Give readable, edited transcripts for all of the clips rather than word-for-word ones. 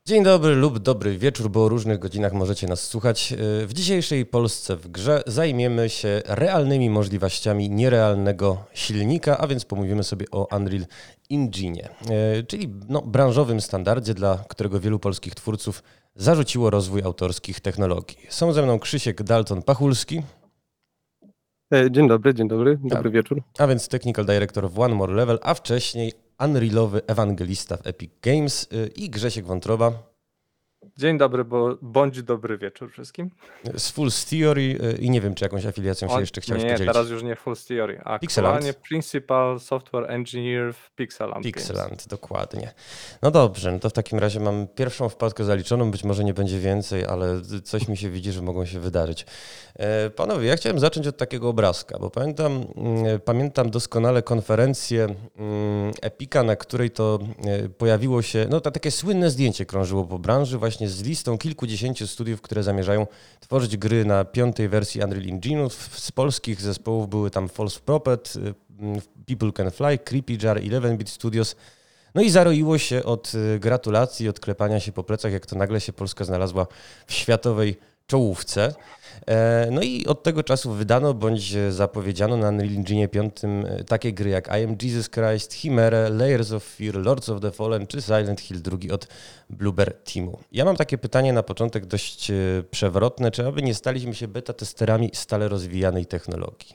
Dzień dobry lub dobry wieczór, bo o różnych godzinach możecie nas słuchać. W dzisiejszej Polsce w grze zajmiemy się realnymi możliwościami nierealnego silnika, a więc pomówimy sobie o Unreal Engine, czyli branżowym standardzie, dla którego wielu polskich twórców zarzuciło rozwój autorskich technologii. Są ze mną Krzysiek Dalton-Pachulski. Dzień dobry, dobry wieczór. A więc Technical Director w One More Level, a wcześniej Unrealowy ewangelista w Epic Games i Grzesiek Wątroba. Dzień dobry, bądź dobry wieczór wszystkim. Z Full Theory i nie wiem, czy jakąś afiliacją się jeszcze chciałeś podzielić. Nie, teraz już nie Full Theory, a aktualnie Principal Software Engineer w Pixeland. Pixeland, dokładnie. No dobrze, no to w takim razie mam pierwszą wpadkę zaliczoną, być może nie będzie więcej, ale coś mi się widzi, że mogą się wydarzyć. Panowie, ja chciałem zacząć od takiego obrazka, bo pamiętam doskonale konferencję Epica, na której to pojawiło się, takie słynne zdjęcie krążyło po branży właśnie z listą kilkudziesięciu studiów, które zamierzają tworzyć gry na 5. wersji Unreal Engine'u. Z polskich zespołów były tam False Prophet, People Can Fly, Creepy Jar, 11-Bit Studios. No i zaroiło się od gratulacji, od klepania się po plecach, jak to nagle się Polska znalazła w światowej czołówce. No i od tego czasu wydano bądź zapowiedziano na Unreal Engine 5 takie gry jak I Am Jesus Christ, Chimera, Layers of Fear, Lords of the Fallen czy Silent Hill 2 od Bloober Teamu. Ja mam takie pytanie na początek dość przewrotne, czy aby nie staliśmy się beta testerami stale rozwijanej technologii?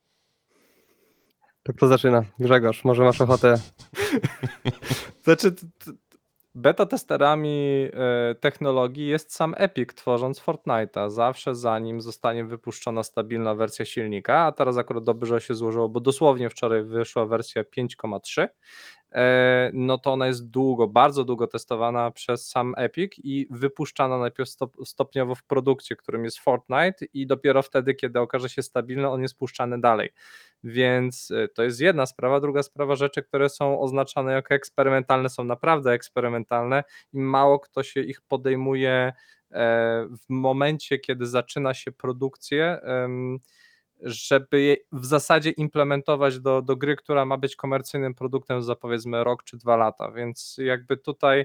To kto zaczyna? Grzegorz, może masz ochotę? Znaczy, beta testerami technologii jest sam Epic, tworząc Fortnite'a. Zawsze zanim zostanie wypuszczona stabilna wersja silnika, a teraz akurat dobrze się złożyło, bo dosłownie wczoraj wyszła wersja 5.3, no to ona jest bardzo długo testowana przez sam Epic i wypuszczana najpierw stopniowo w produkcie, którym jest Fortnite, i dopiero wtedy, kiedy okaże się stabilny, on jest puszczany dalej. Więc to jest jedna sprawa. Druga sprawa, rzeczy, które są oznaczane jako eksperymentalne, są naprawdę eksperymentalne i mało kto się ich podejmuje w momencie, kiedy zaczyna się produkcję, żeby je w zasadzie implementować do gry, która ma być komercyjnym produktem za powiedzmy rok czy 2 lata, więc jakby tutaj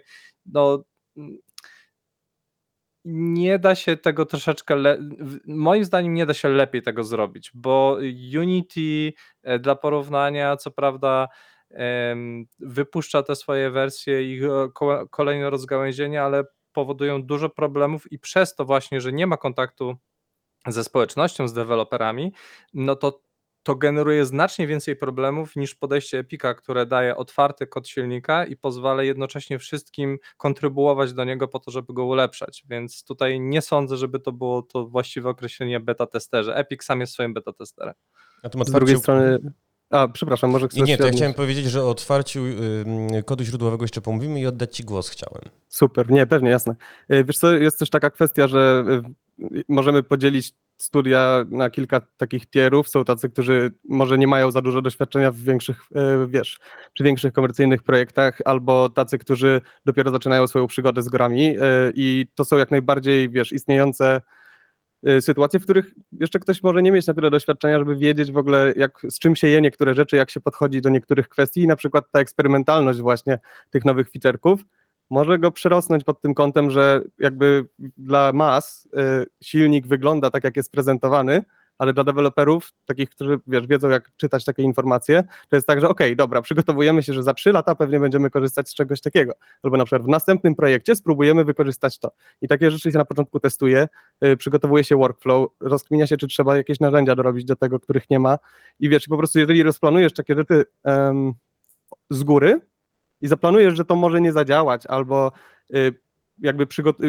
nie da się tego troszeczkę, moim zdaniem nie da się lepiej tego zrobić, bo Unity dla porównania co prawda wypuszcza te swoje wersje i kolejne rozgałęzienia, ale powodują dużo problemów i przez to właśnie, że nie ma kontaktu ze społecznością, z deweloperami, no to generuje znacznie więcej problemów niż podejście Epica, które daje otwarty kod silnika i pozwala jednocześnie wszystkim kontrybuować do niego po to, żeby go ulepszać, więc tutaj nie sądzę, żeby to było to właściwe określenie beta testerze. Epic sam jest swoim beta testerem. Z drugiej strony... przepraszam, może chcesz... Nie, to ja chciałem powiedzieć, że o otwarciu kodu źródłowego jeszcze pomówimy i oddać Ci głos chciałem. Super, nie, pewnie, jasne. Wiesz co, jest też taka kwestia, że możemy podzielić studia na kilka takich tierów. Są tacy, którzy może nie mają za dużo doświadczenia w większych, przy większych komercyjnych projektach, albo tacy, którzy dopiero zaczynają swoją przygodę z grami i to są jak najbardziej, istniejące sytuacje, w których jeszcze ktoś może nie mieć na tyle doświadczenia, żeby wiedzieć w ogóle, z czym się je niektóre rzeczy, jak się podchodzi do niektórych kwestii i na przykład ta eksperymentalność właśnie tych nowych feature'ków może go przerosnąć pod tym kątem, że jakby dla mas silnik wygląda tak, jak jest prezentowany, ale dla deweloperów, takich, którzy wiedzą, jak czytać takie informacje, to jest tak, że okej, dobra, przygotowujemy się, że za 3 lata pewnie będziemy korzystać z czegoś takiego, albo na przykład w następnym projekcie spróbujemy wykorzystać to. I takie rzeczy się na początku testuje, przygotowuje się workflow, rozkminia się, czy trzeba jakieś narzędzia dorobić do tego, których nie ma i po prostu jeżeli rozplanujesz takie rzeczy z góry i zaplanujesz, że to może nie zadziałać, albo jakby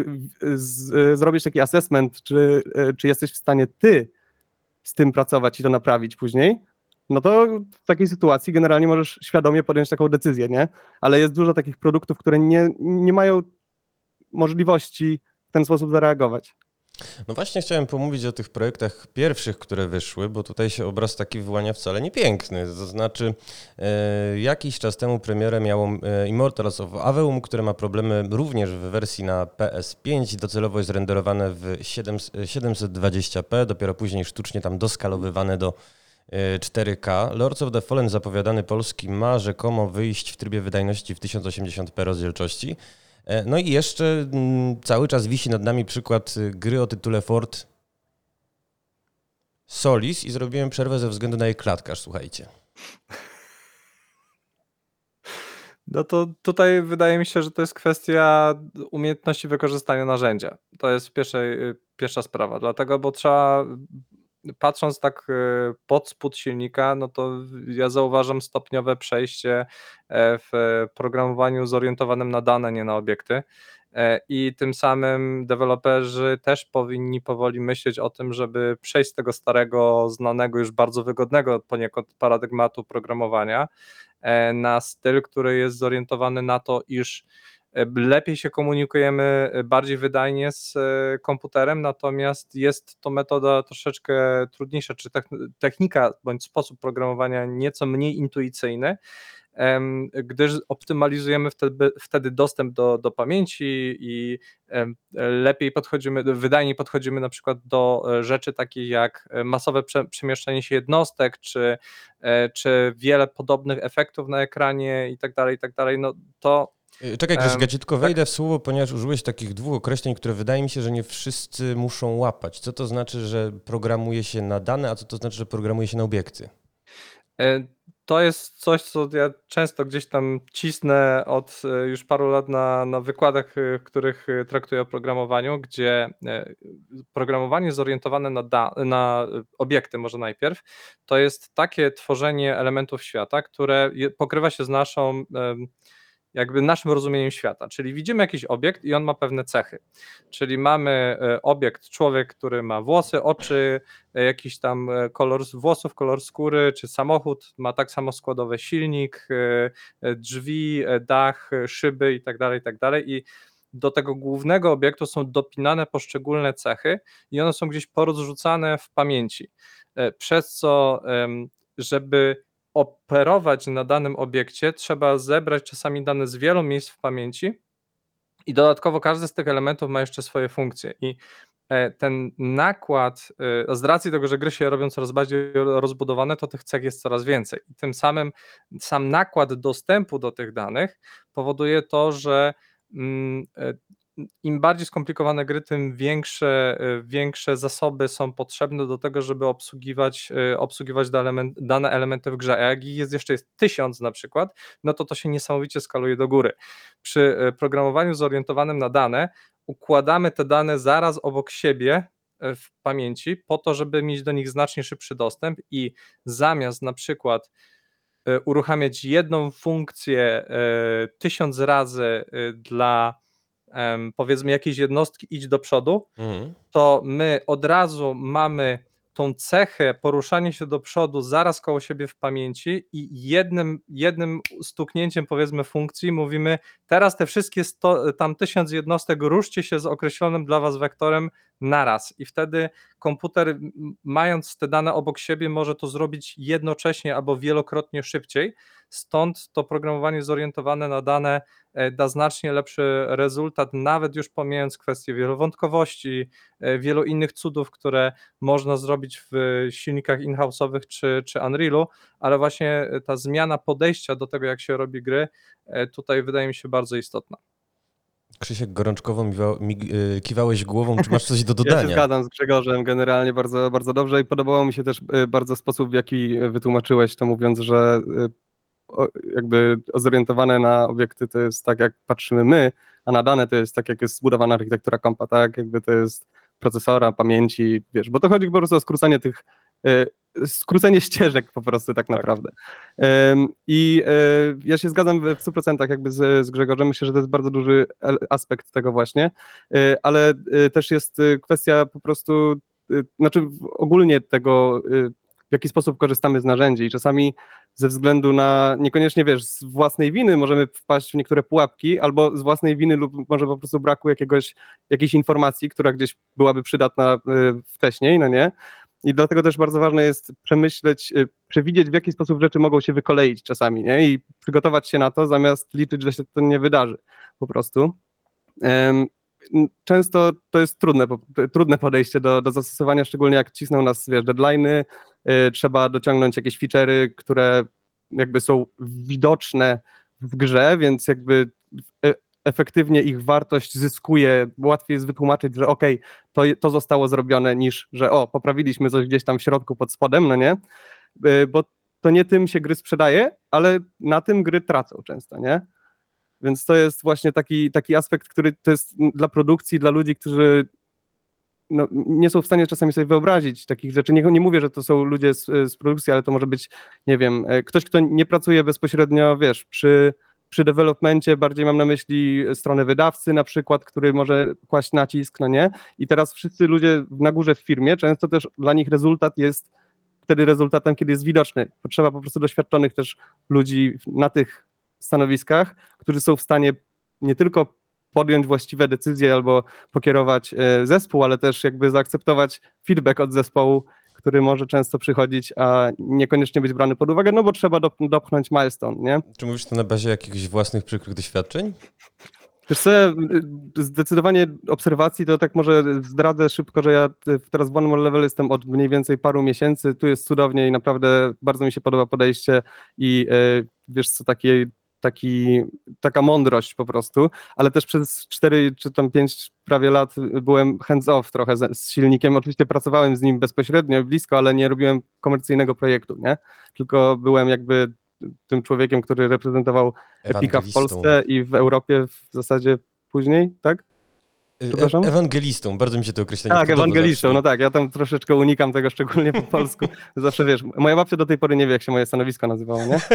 zrobić taki assessment, czy jesteś w stanie ty z tym pracować i to naprawić później, no to w takiej sytuacji generalnie możesz świadomie podjąć taką decyzję, nie? Ale jest dużo takich produktów, które nie mają możliwości w ten sposób zareagować. No właśnie chciałem pomówić o tych projektach pierwszych, które wyszły, bo tutaj się obraz taki wyłania wcale nie piękny. To znaczy jakiś czas temu premierę miało Immortals of Aveum, które ma problemy również w wersji na PS5, docelowo jest renderowane w 720p, dopiero później sztucznie tam doskalowywane do 4K. Lords of the Fallen zapowiadany polski ma rzekomo wyjść w trybie wydajności w 1080p rozdzielczości. No i jeszcze cały czas wisi nad nami przykład gry o tytule Fort Solis i zrobiłem przerwę ze względu na jej klatkarz, słuchajcie. No to tutaj wydaje mi się, że to jest kwestia umiejętności wykorzystania narzędzia. To jest pierwsza sprawa, dlatego, bo trzeba, patrząc tak pod spód silnika, no to ja zauważam stopniowe przejście w programowaniu zorientowanym na dane, nie na obiekty. I tym samym deweloperzy też powinni powoli myśleć o tym, żeby przejść z tego starego, znanego, już bardzo wygodnego poniekąd paradygmatu programowania na styl, który jest zorientowany na to, iż lepiej się komunikujemy, bardziej wydajnie z komputerem, natomiast jest to metoda troszeczkę trudniejsza, czy technika bądź sposób programowania nieco mniej intuicyjny, gdyż optymalizujemy wtedy dostęp do pamięci i wydajniej podchodzimy na przykład do rzeczy takich jak masowe przemieszczanie się jednostek, czy wiele podobnych efektów na ekranie i tak dalej, no to... Czekaj Grzesiek, ja ci tylko wejdę w słowo, ponieważ użyłeś takich dwóch określeń, które wydaje mi się, że nie wszyscy muszą łapać. Co to znaczy, że programuje się na dane, a co to znaczy, że programuje się na obiekty? To jest coś, co ja często gdzieś tam cisnę od już paru lat na wykładach, w których traktuję o programowaniu, gdzie programowanie zorientowane na obiekty może najpierw, to jest takie tworzenie elementów świata, które pokrywa się z naszym rozumieniem świata, czyli widzimy jakiś obiekt i on ma pewne cechy, czyli mamy obiekt człowiek, który ma włosy, oczy, jakiś tam kolor włosów, kolor skóry, czy samochód ma tak samo składowe silnik, drzwi, dach, szyby i tak dalej i do tego głównego obiektu są dopinane poszczególne cechy i one są gdzieś porozrzucane w pamięci, przez co żeby operować na danym obiekcie, trzeba zebrać czasami dane z wielu miejsc w pamięci i dodatkowo każdy z tych elementów ma jeszcze swoje funkcje i ten nakład, z racji tego, że gry się robią coraz bardziej rozbudowane, to tych cech jest coraz więcej i tym samym sam nakład dostępu do tych danych powoduje to, że im bardziej skomplikowane gry, tym większe zasoby są potrzebne do tego, żeby obsługiwać dane elementy w grze, a jak ich jest 1000 na przykład, no to się niesamowicie skaluje do góry. Przy programowaniu zorientowanym na dane układamy te dane zaraz obok siebie w pamięci po to, żeby mieć do nich znacznie szybszy dostęp i zamiast na przykład uruchamiać jedną funkcję 1000 razy dla powiedzmy jakiejś jednostki idź do przodu, to my od razu mamy tą cechę poruszania się do przodu zaraz koło siebie w pamięci i jednym stuknięciem powiedzmy funkcji mówimy teraz te wszystkie 1000 jednostek ruszcie się z określonym dla was wektorem naraz i wtedy komputer mając te dane obok siebie może to zrobić jednocześnie albo wielokrotnie szybciej, stąd to programowanie zorientowane na dane da znacznie lepszy rezultat, nawet już pomijając kwestię wielowątkowości, wielu innych cudów, które można zrobić w silnikach in-house'owych czy Unrealu, ale właśnie ta zmiana podejścia do tego, jak się robi gry, tutaj wydaje mi się bardzo istotna. Krzysiek, gorączkowo kiwałeś głową, czy masz coś do dodania? Ja się zgadzam z Grzegorzem generalnie bardzo, bardzo dobrze i podobało mi się też bardzo sposób, w jaki wytłumaczyłeś to, mówiąc, że jakby zorientowane na obiekty to jest tak, jak patrzymy my, a na dane to jest tak, jak jest zbudowana architektura kompa, tak? Jakby to jest procesora, pamięci, wiesz, bo to chodzi po prostu o skrócenie ścieżek po prostu tak naprawdę. I ja się zgadzam w 100% jakby z Grzegorzem, myślę, że to jest bardzo duży aspekt tego właśnie, ale też jest kwestia po prostu, znaczy ogólnie tego, w jaki sposób korzystamy z narzędzi i czasami ze względu na, niekoniecznie wiesz, z własnej winy możemy wpaść w niektóre pułapki, albo z własnej winy lub może po prostu braku jakiejś informacji, która gdzieś byłaby przydatna wcześniej, no nie? I dlatego też bardzo ważne jest przewidzieć, w jaki sposób rzeczy mogą się wykoleić czasami, nie? I przygotować się na to, zamiast liczyć, że się to nie wydarzy po prostu. Często to jest trudne podejście do zastosowania, szczególnie jak cisną nas, wiesz, deadline'y, trzeba dociągnąć jakieś feature'y, które jakby są widoczne w grze, więc jakby efektywnie ich wartość zyskuje, łatwiej jest wytłumaczyć, że okej, to zostało zrobione, niż że poprawiliśmy coś gdzieś tam w środku pod spodem, no nie? Bo to nie tym się gry sprzedaje, ale na tym gry tracą często, nie? Więc to jest właśnie taki aspekt, który to jest dla produkcji, dla ludzi, którzy nie są w stanie czasami sobie wyobrazić takich rzeczy. Nie mówię, że to są ludzie z produkcji, ale to może być, nie wiem, ktoś, kto nie pracuje bezpośrednio, wiesz, przy developmencie, bardziej mam na myśli stronę wydawcy na przykład, który może kłaść nacisk, no nie? I teraz wszyscy ludzie na górze w firmie, często też dla nich rezultat jest wtedy rezultatem, kiedy jest widoczny. Potrzeba po prostu doświadczonych też ludzi na tych stanowiskach, którzy są w stanie nie tylko podjąć właściwe decyzje albo pokierować zespół, ale też jakby zaakceptować feedback od zespołu, który może często przychodzić, a niekoniecznie być brany pod uwagę, no bo trzeba dopchnąć milestone, nie? Czy mówisz to na bazie jakichś własnych przykrych doświadczeń? Wiesz co, zdecydowanie obserwacji, to tak może zdradzę szybko, że ja teraz w One More Level jestem od mniej więcej paru miesięcy, tu jest cudownie i naprawdę bardzo mi się podoba podejście i wiesz co, taka mądrość po prostu, ale też przez 4 czy tam 5 prawie lat byłem hands-off trochę z silnikiem, oczywiście pracowałem z nim bezpośrednio, blisko, ale nie robiłem komercyjnego projektu, nie? Tylko byłem jakby tym człowiekiem, który reprezentował Epika w Polsce i w Europie w zasadzie później, tak? Przepraszam? Ewangelistą, bardzo mi się to określenie Tak, podoba ewangelistą, zawsze. no tak, ja tam troszeczkę unikam tego, szczególnie po polsku. Zawsze wiesz, moja babcia do tej pory nie wie, jak się moje stanowisko nazywało, nie?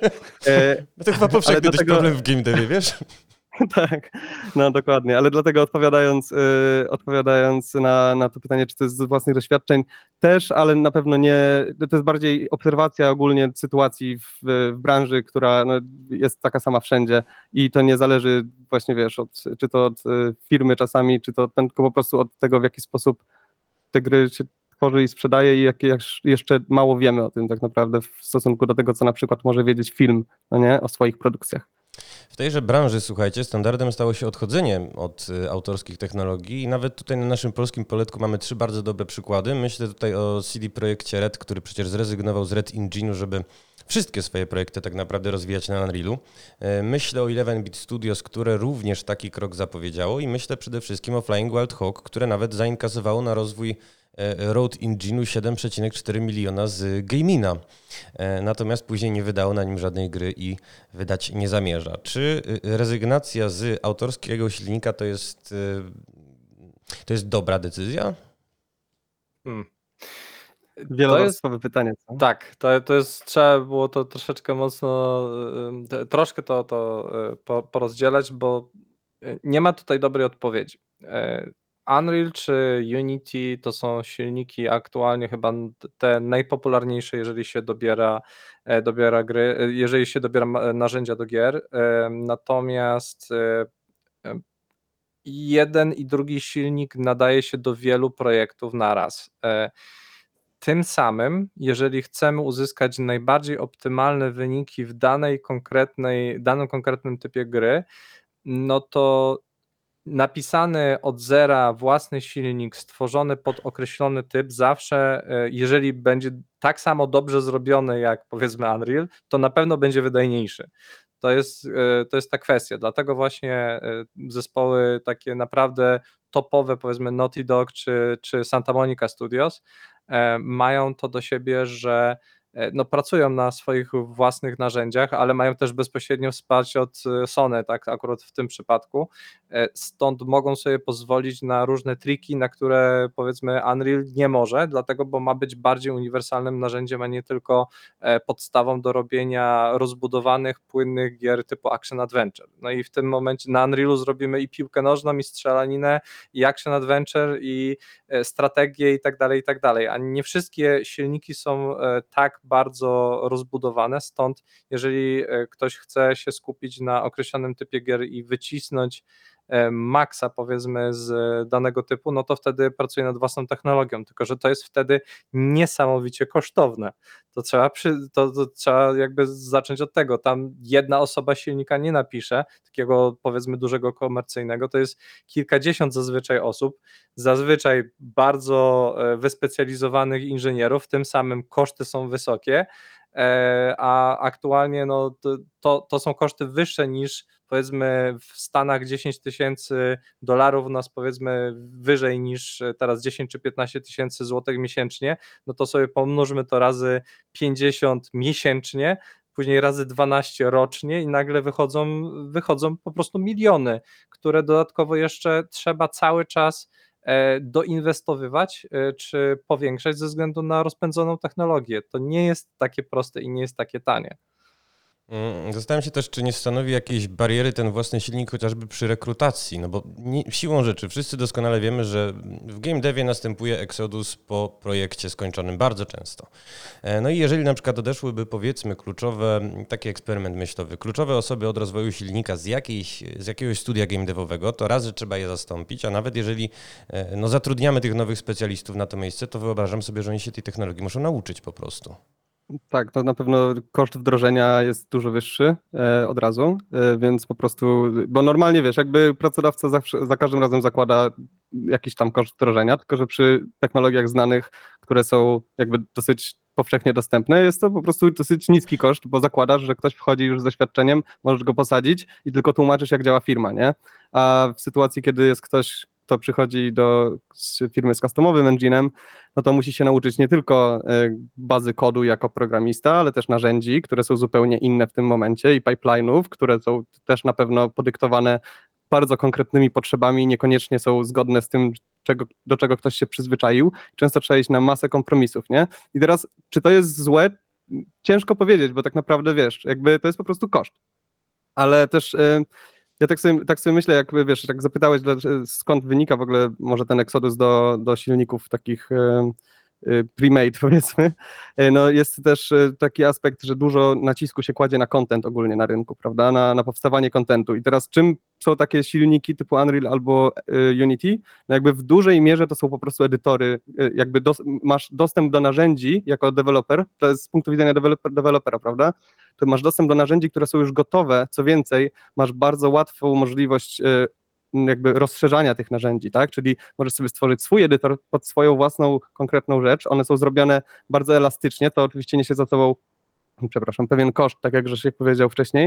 No to chyba powszechny dość dlatego- problem w game devie, wiesz? Tak, no dokładnie, ale dlatego odpowiadając na to pytanie, czy to jest z własnych doświadczeń, też, ale na pewno nie, to jest bardziej obserwacja ogólnie sytuacji w branży, która jest taka sama wszędzie i to nie zależy właśnie, wiesz, czy to od firmy czasami, czy to tylko po prostu od tego, w jaki sposób te gry się tworzy i sprzedaje i jak jeszcze mało wiemy o tym tak naprawdę w stosunku do tego, co na przykład może wiedzieć film, no nie, o swoich produkcjach. W tejże branży, słuchajcie, standardem stało się odchodzenie od autorskich technologii i nawet tutaj na naszym polskim poletku mamy 3 bardzo dobre przykłady. Myślę tutaj o CD Projekcie Red, który przecież zrezygnował z Red Engine'u, żeby wszystkie swoje projekty tak naprawdę rozwijać na Unrealu. Myślę o 11-Bit Studios, które również taki krok zapowiedziało i myślę przede wszystkim o Flying Wild Hog, które nawet zainkasowało na rozwój Road Engine'u 7,4 miliona z Gamina. Natomiast później nie wydało na nim żadnej gry i wydać nie zamierza. Czy rezygnacja z autorskiego silnika to jest dobra decyzja? Wielowarstwowe pytanie, co? Tak, to jest, trzeba było to troszeczkę mocno, troszkę to porozdzielać, bo nie ma tutaj dobrej odpowiedzi. Unreal czy Unity to są silniki aktualnie chyba te najpopularniejsze, jeżeli się dobiera gry, jeżeli się dobiera narzędzia do gier. Natomiast jeden i drugi silnik nadaje się do wielu projektów naraz. Tym samym, jeżeli chcemy uzyskać najbardziej optymalne wyniki w danym konkretnym typie gry, no to napisany od zera własny silnik stworzony pod określony typ zawsze, jeżeli będzie tak samo dobrze zrobiony jak powiedzmy Unreal, to na pewno będzie wydajniejszy. To jest ta kwestia, dlatego właśnie zespoły takie naprawdę topowe, powiedzmy Naughty Dog czy Santa Monica Studios mają to do siebie, że pracują na swoich własnych narzędziach, ale mają też bezpośrednio wsparcie od Sony, tak akurat w tym przypadku, stąd mogą sobie pozwolić na różne triki, na które powiedzmy Unreal nie może, dlatego, bo ma być bardziej uniwersalnym narzędziem, a nie tylko podstawą do robienia rozbudowanych, płynnych gier typu Action Adventure. No i w tym momencie na Unrealu zrobimy i piłkę nożną, i strzelaninę, i Action Adventure, i strategię i tak dalej, a nie wszystkie silniki są tak bardzo rozbudowane, stąd jeżeli ktoś chce się skupić na określonym typie gier i wycisnąć maksa powiedzmy z danego typu, no to wtedy pracuje nad własną technologią, tylko że to jest wtedy niesamowicie kosztowne. To trzeba jakby zacząć od tego, tam jedna osoba silnika nie napisze, takiego powiedzmy dużego komercyjnego, to jest kilkadziesiąt zazwyczaj osób, zazwyczaj bardzo wyspecjalizowanych inżynierów, tym samym koszty są wysokie, a aktualnie no, to są koszty wyższe niż powiedzmy w Stanach $10,000 nas powiedzmy wyżej niż teraz 10 czy 15 tysięcy złotych miesięcznie, no to sobie pomnóżmy to razy 50 miesięcznie, później razy 12 rocznie i nagle wychodzą po prostu miliony, które dodatkowo jeszcze trzeba cały czas doinwestowywać czy powiększać ze względu na rozpędzoną technologię. To nie jest takie proste i nie jest takie tanie. Zastanawiam się też, czy nie stanowi jakiejś bariery ten własny silnik chociażby przy rekrutacji, no bo siłą rzeczy wszyscy doskonale wiemy, że w game devie następuje exodus po projekcie skończonym bardzo często. No i jeżeli na przykład odeszłyby powiedzmy kluczowe, taki eksperyment myślowy, kluczowe osoby od rozwoju silnika z jakiegoś studia game devowego, to raz, że trzeba je zastąpić, a nawet jeżeli no, zatrudniamy tych nowych specjalistów na to miejsce, to wyobrażam sobie, że oni się tej technologii muszą nauczyć po prostu. Tak, to na pewno koszt wdrożenia jest dużo wyższy od razu, więc po prostu, bo normalnie wiesz, jakby pracodawca zawsze, za każdym razem zakłada jakiś tam koszt wdrożenia, tylko że przy technologiach znanych, które są jakby dosyć powszechnie dostępne, jest to po prostu dosyć niski koszt, bo zakładasz, że ktoś wchodzi już z doświadczeniem, możesz go posadzić i tylko tłumaczysz, jak działa firma, nie? A w sytuacji, kiedy jest ktoś, kto przychodzi do firmy z customowym engine'em, no to musi się nauczyć nie tylko bazy kodu jako programista, ale też narzędzi, które są zupełnie inne w tym momencie i pipeline'ów, które są też na pewno podyktowane bardzo konkretnymi potrzebami, niekoniecznie są zgodne z tym, do czego ktoś się przyzwyczaił. Często trzeba iść na masę kompromisów, nie? I teraz, czy to jest złe? Ciężko powiedzieć, bo tak naprawdę wiesz, jakby to jest po prostu koszt. Ale też ja tak sobie myślę, jak wiesz, tak zapytałeś, skąd wynika w ogóle może ten eksodus do silników takich pre-made, powiedzmy, no jest też taki aspekt, że dużo nacisku się kładzie na content ogólnie na rynku, prawda, na powstawanie contentu. I teraz czym są takie silniki typu Unreal albo Unity? No jakby w dużej mierze to są po prostu edytory, jakby masz dostęp do narzędzi jako deweloper, to jest z punktu widzenia dewelopera, prawda? To masz dostęp do narzędzi, które są już gotowe, co więcej, masz bardzo łatwą możliwość jakby rozszerzania tych narzędzi, tak? Czyli możesz sobie stworzyć swój edytor pod swoją własną konkretną rzecz. One są zrobione bardzo elastycznie, to oczywiście niesie za sobą, pewien koszt, tak jak Grzesiek powiedział wcześniej,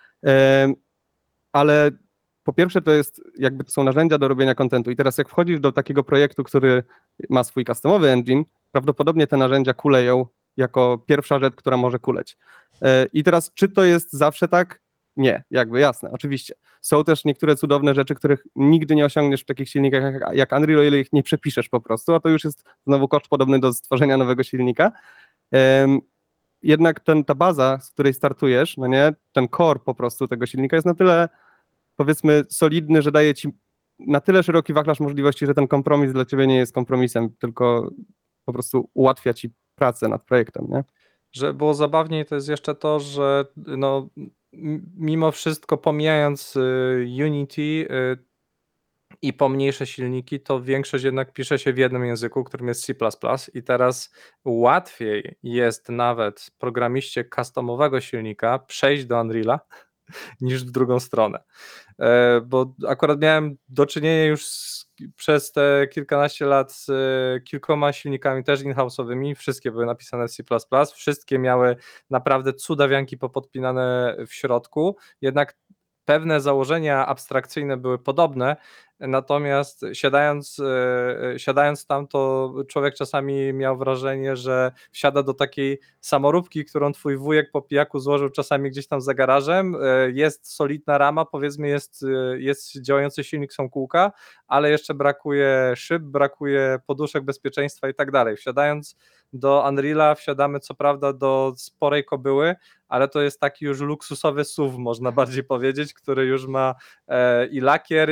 ale po pierwsze to są narzędzia do robienia kontentu i teraz jak wchodzisz do takiego projektu, który ma swój customowy engine, prawdopodobnie te narzędzia kuleją jako pierwsza rzecz, która może kuleć. I teraz czy to jest zawsze tak? Nie, jakby jasne, oczywiście. Są też niektóre cudowne rzeczy, których nigdy nie osiągniesz w takich silnikach jak Unreal, o ile ich nie przepiszesz po prostu, a to już jest znowu koszt podobny do stworzenia nowego silnika. Jednak ta baza, z której startujesz, no nie, ten core po prostu tego silnika jest na tyle, powiedzmy, solidny, że daje ci na tyle szeroki wachlarz możliwości, że ten kompromis dla ciebie nie jest kompromisem, tylko po prostu ułatwia ci pracę nad projektem, nie? Że było zabawniej, to jest jeszcze to, że no, mimo wszystko pomijając Unity i pomniejsze silniki, to większość jednak pisze się w jednym języku, którym jest C++, i teraz łatwiej jest nawet programiście customowego silnika przejść do Unreala niż w drugą stronę. Bo akurat miałem do czynienia już przez te kilkanaście lat z kilkoma silnikami też in-house'owymi, wszystkie były napisane w C++, wszystkie miały naprawdę cudawianki popodpinane w środku, jednak pewne założenia abstrakcyjne były podobne, natomiast siadając tam, to człowiek czasami miał wrażenie, że wsiada do takiej samoróbki, którą twój wujek po pijaku złożył czasami gdzieś tam za garażem, jest solidna rama, powiedzmy jest działający silnik, są kółka, ale jeszcze brakuje szyb, brakuje poduszek bezpieczeństwa i tak dalej. Wsiadając do Unreala, wsiadamy co prawda do sporej kobyły, ale to jest taki już luksusowy SUV, można bardziej powiedzieć, który już ma i lakier,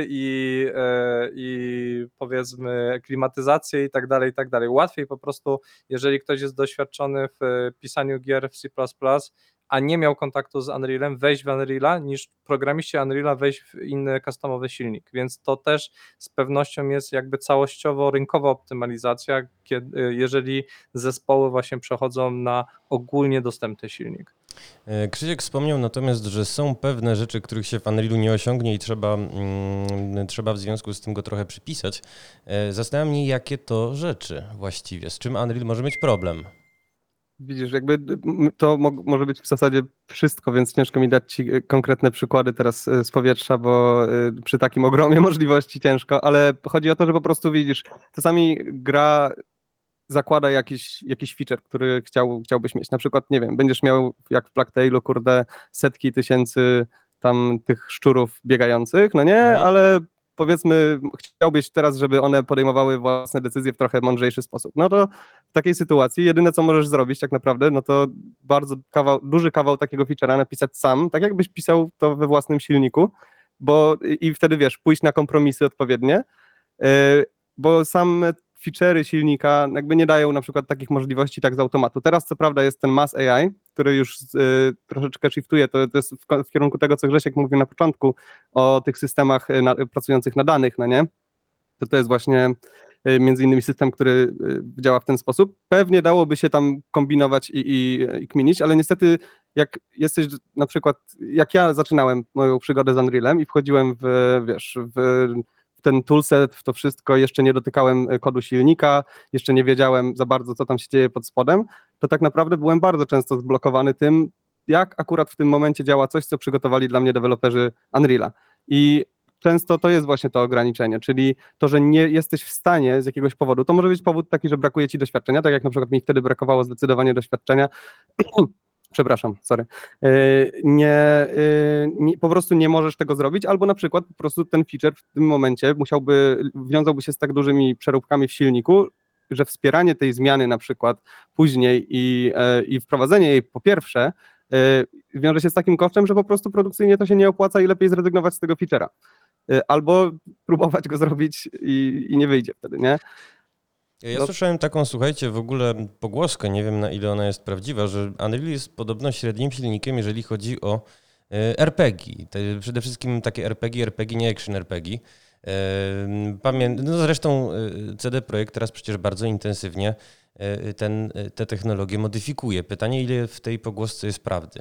i powiedzmy klimatyzację i tak dalej, i tak dalej. Łatwiej po prostu, jeżeli ktoś jest doświadczony w pisaniu gier w C++, a nie miał kontaktu z Unrealem, wejść w Unreala, niż programiście Unreala wejść w inny customowy silnik, więc to też z pewnością jest jakby całościowo rynkowa optymalizacja, jeżeli zespoły właśnie przechodzą na ogólnie dostępny silnik. Krzysiek wspomniał natomiast, że są pewne rzeczy, których się w Unrealu nie osiągnie i trzeba w związku z tym go trochę przypisać. Zastanawiam mnie, jakie to rzeczy właściwie, z czym Unreal może mieć problem. Widzisz, jakby to może być w zasadzie wszystko, więc ciężko mi dać ci konkretne przykłady teraz z powietrza, bo przy takim ogromie możliwości ciężko, ale chodzi o to, że po prostu widzisz, czasami gra zakłada jakiś feature, który chciałbyś mieć. Na przykład, nie wiem, będziesz miał jak w Plague Tale'u, kurde, setki tysięcy tam tych szczurów biegających, no nie, ale powiedzmy, chciałbyś teraz, żeby one podejmowały własne decyzje w trochę mądrzejszy sposób. No to w takiej sytuacji jedyne, co możesz zrobić tak naprawdę, no to bardzo duży kawał takiego feature'a napisać sam, tak jakbyś pisał to we własnym silniku, bo i wtedy, wiesz, pójść na kompromisy odpowiednie, bo same feature'y silnika jakby nie dają na przykład takich możliwości tak z automatu. Teraz co prawda jest ten Mass AI, który już troszeczkę shiftuje, to jest w kierunku tego, co Grzesiek mówił na początku o tych systemach pracujących na danych, no nie? To jest właśnie między innymi system, który działa w ten sposób. Pewnie dałoby się tam kombinować i kminić, ale niestety jak jesteś na przykład, jak ja zaczynałem moją przygodę z Unrealem i wchodziłem w ten toolset, w to wszystko, jeszcze nie dotykałem kodu silnika, jeszcze nie wiedziałem za bardzo, co tam się dzieje pod spodem, to tak naprawdę byłem bardzo często zblokowany tym, jak akurat w tym momencie działa coś, co przygotowali dla mnie deweloperzy Unreala. I często to jest właśnie to ograniczenie, czyli to, że nie jesteś w stanie z jakiegoś powodu, to może być powód taki, że brakuje ci doświadczenia, tak jak na przykład mi wtedy brakowało zdecydowanie doświadczenia, przepraszam, sorry, po prostu nie możesz tego zrobić, albo na przykład po prostu ten feature w tym momencie wiązałby się z tak dużymi przeróbkami w silniku, że wspieranie tej zmiany na przykład później i wprowadzenie jej po pierwsze wiąże się z takim kosztem, że po prostu produkcyjnie to się nie opłaca i lepiej zrezygnować z tego feature'a. Albo próbować go zrobić i nie wyjdzie wtedy, nie? Ja słyszałem taką, słuchajcie, w ogóle pogłoskę, nie wiem na ile ona jest prawdziwa, że Unreal jest podobno średnim silnikiem, jeżeli chodzi o RPG. Przede wszystkim takie RPG, nie action RPG. No zresztą CD Projekt teraz przecież bardzo intensywnie te technologie modyfikuje. Pytanie, ile w tej pogłosce jest prawdy?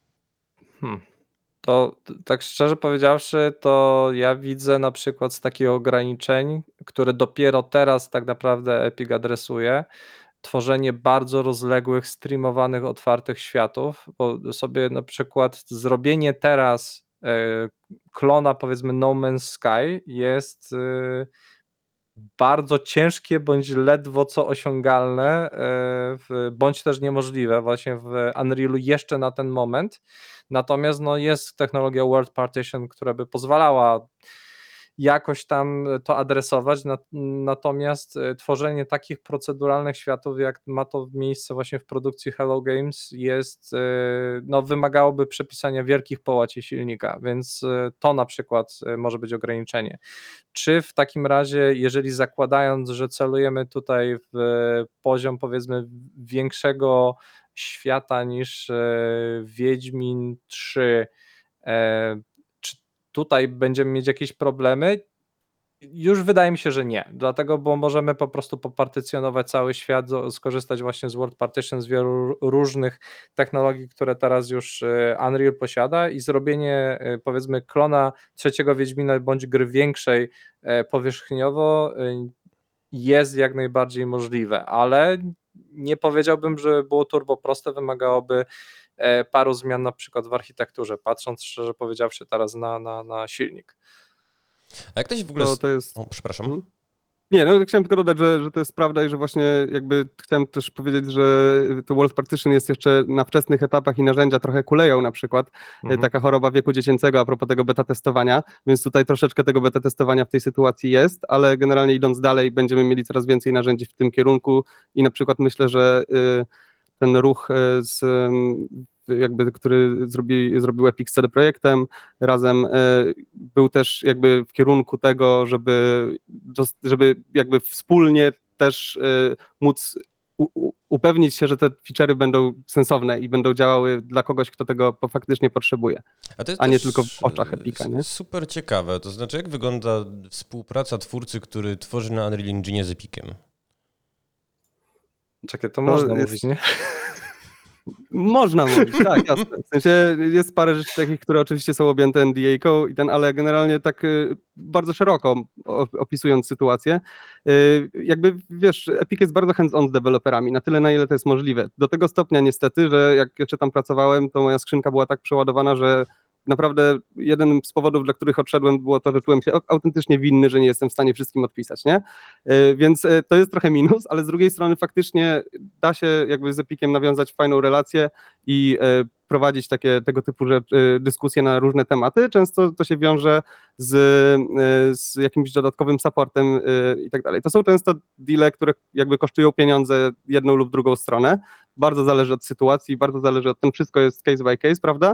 To tak szczerze powiedziawszy, to ja widzę na przykład z takich ograniczeń, które dopiero teraz tak naprawdę Epic adresuje, tworzenie bardzo rozległych, streamowanych, otwartych światów, bo sobie na przykład zrobienie teraz klona powiedzmy No Man's Sky jest bardzo ciężkie bądź ledwo co osiągalne, bądź też niemożliwe właśnie w Unrealu jeszcze na ten moment. Natomiast no, jest technologia World Partition, która by pozwalała jakoś tam to adresować, natomiast tworzenie takich proceduralnych światów, jak ma to miejsce właśnie w produkcji Hello Games, jest, no, wymagałoby przepisania wielkich połaci silnika, więc to na przykład może być ograniczenie. Czy w takim razie, jeżeli zakładając, że celujemy tutaj w poziom powiedzmy większego świata niż Wiedźmin 3, czy tutaj będziemy mieć jakieś problemy? Już wydaje mi się, że nie, dlatego, bo możemy po prostu popartycjonować cały świat, skorzystać właśnie z World Partition, z wielu różnych technologii, które teraz już Unreal posiada i zrobienie powiedzmy klona trzeciego Wiedźmina bądź gry większej powierzchniowo jest jak najbardziej możliwe, ale nie powiedziałbym, że było turbo proste, wymagałoby paru zmian na przykład w architekturze, patrząc szczerze powiedziawszy teraz na silnik. A jak to się w ogóle... To jest... O, przepraszam. Nie, no chciałem tylko dodać, że to jest prawda i że właśnie jakby chciałem też powiedzieć, że to World Partition jest jeszcze na wczesnych etapach i narzędzia trochę kuleją na przykład, taka choroba wieku dziecięcego a propos tego beta testowania, więc tutaj troszeczkę tego beta testowania w tej sytuacji jest, ale generalnie idąc dalej będziemy mieli coraz więcej narzędzi w tym kierunku i na przykład myślę, że ten ruch który zrobił Epic z CD Projektem razem, był też jakby w kierunku tego, żeby jakby wspólnie też móc upewnić się, że te feature'y będą sensowne i będą działały dla kogoś, kto tego faktycznie potrzebuje, a nie tylko w oczach Epica, nie? Super ciekawe, to znaczy jak wygląda współpraca twórcy, który tworzy na Unreal Engine z Epiciem? Czekaj, to można mówić, nie? Można mówić, tak, jasne. W sensie jest parę rzeczy takich, które oczywiście są objęte NDA-ką ale generalnie tak bardzo szeroko opisując sytuację, jakby wiesz, Epic jest bardzo hands-on z deweloperami, na tyle na ile to jest możliwe. Do tego stopnia niestety, że jak jeszcze tam pracowałem, to moja skrzynka była tak przeładowana, że naprawdę jeden z powodów, dla których odszedłem, było to, że czułem się autentycznie winny, że nie jestem w stanie wszystkim odpisać, nie? Więc to jest trochę minus, ale z drugiej strony faktycznie da się jakby z Epiciem nawiązać fajną relację i prowadzić tego typu dyskusje na różne tematy. Często to się wiąże z jakimś dodatkowym supportem i tak dalej. To są często deale, które jakby kosztują pieniądze jedną lub drugą stronę. Bardzo zależy od sytuacji, bardzo zależy od tym, wszystko jest case by case, prawda?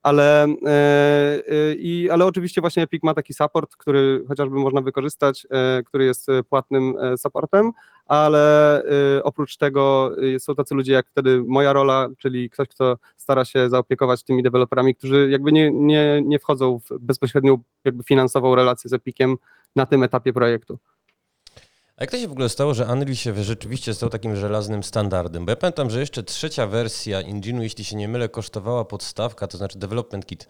Ale oczywiście właśnie Epic ma taki support, który chociażby można wykorzystać, który jest płatnym supportem, ale oprócz tego są tacy ludzie jak wtedy moja rola, czyli ktoś, kto stara się zaopiekować tymi deweloperami, którzy jakby nie wchodzą w bezpośrednią jakby finansową relację z Epiciem na tym etapie projektu. A jak to się w ogóle stało, że Unreal się rzeczywiście stał takim żelaznym standardem? Bo ja pamiętam, że jeszcze trzecia wersja Engine'u, jeśli się nie mylę, kosztowała podstawka, to znaczy development kit,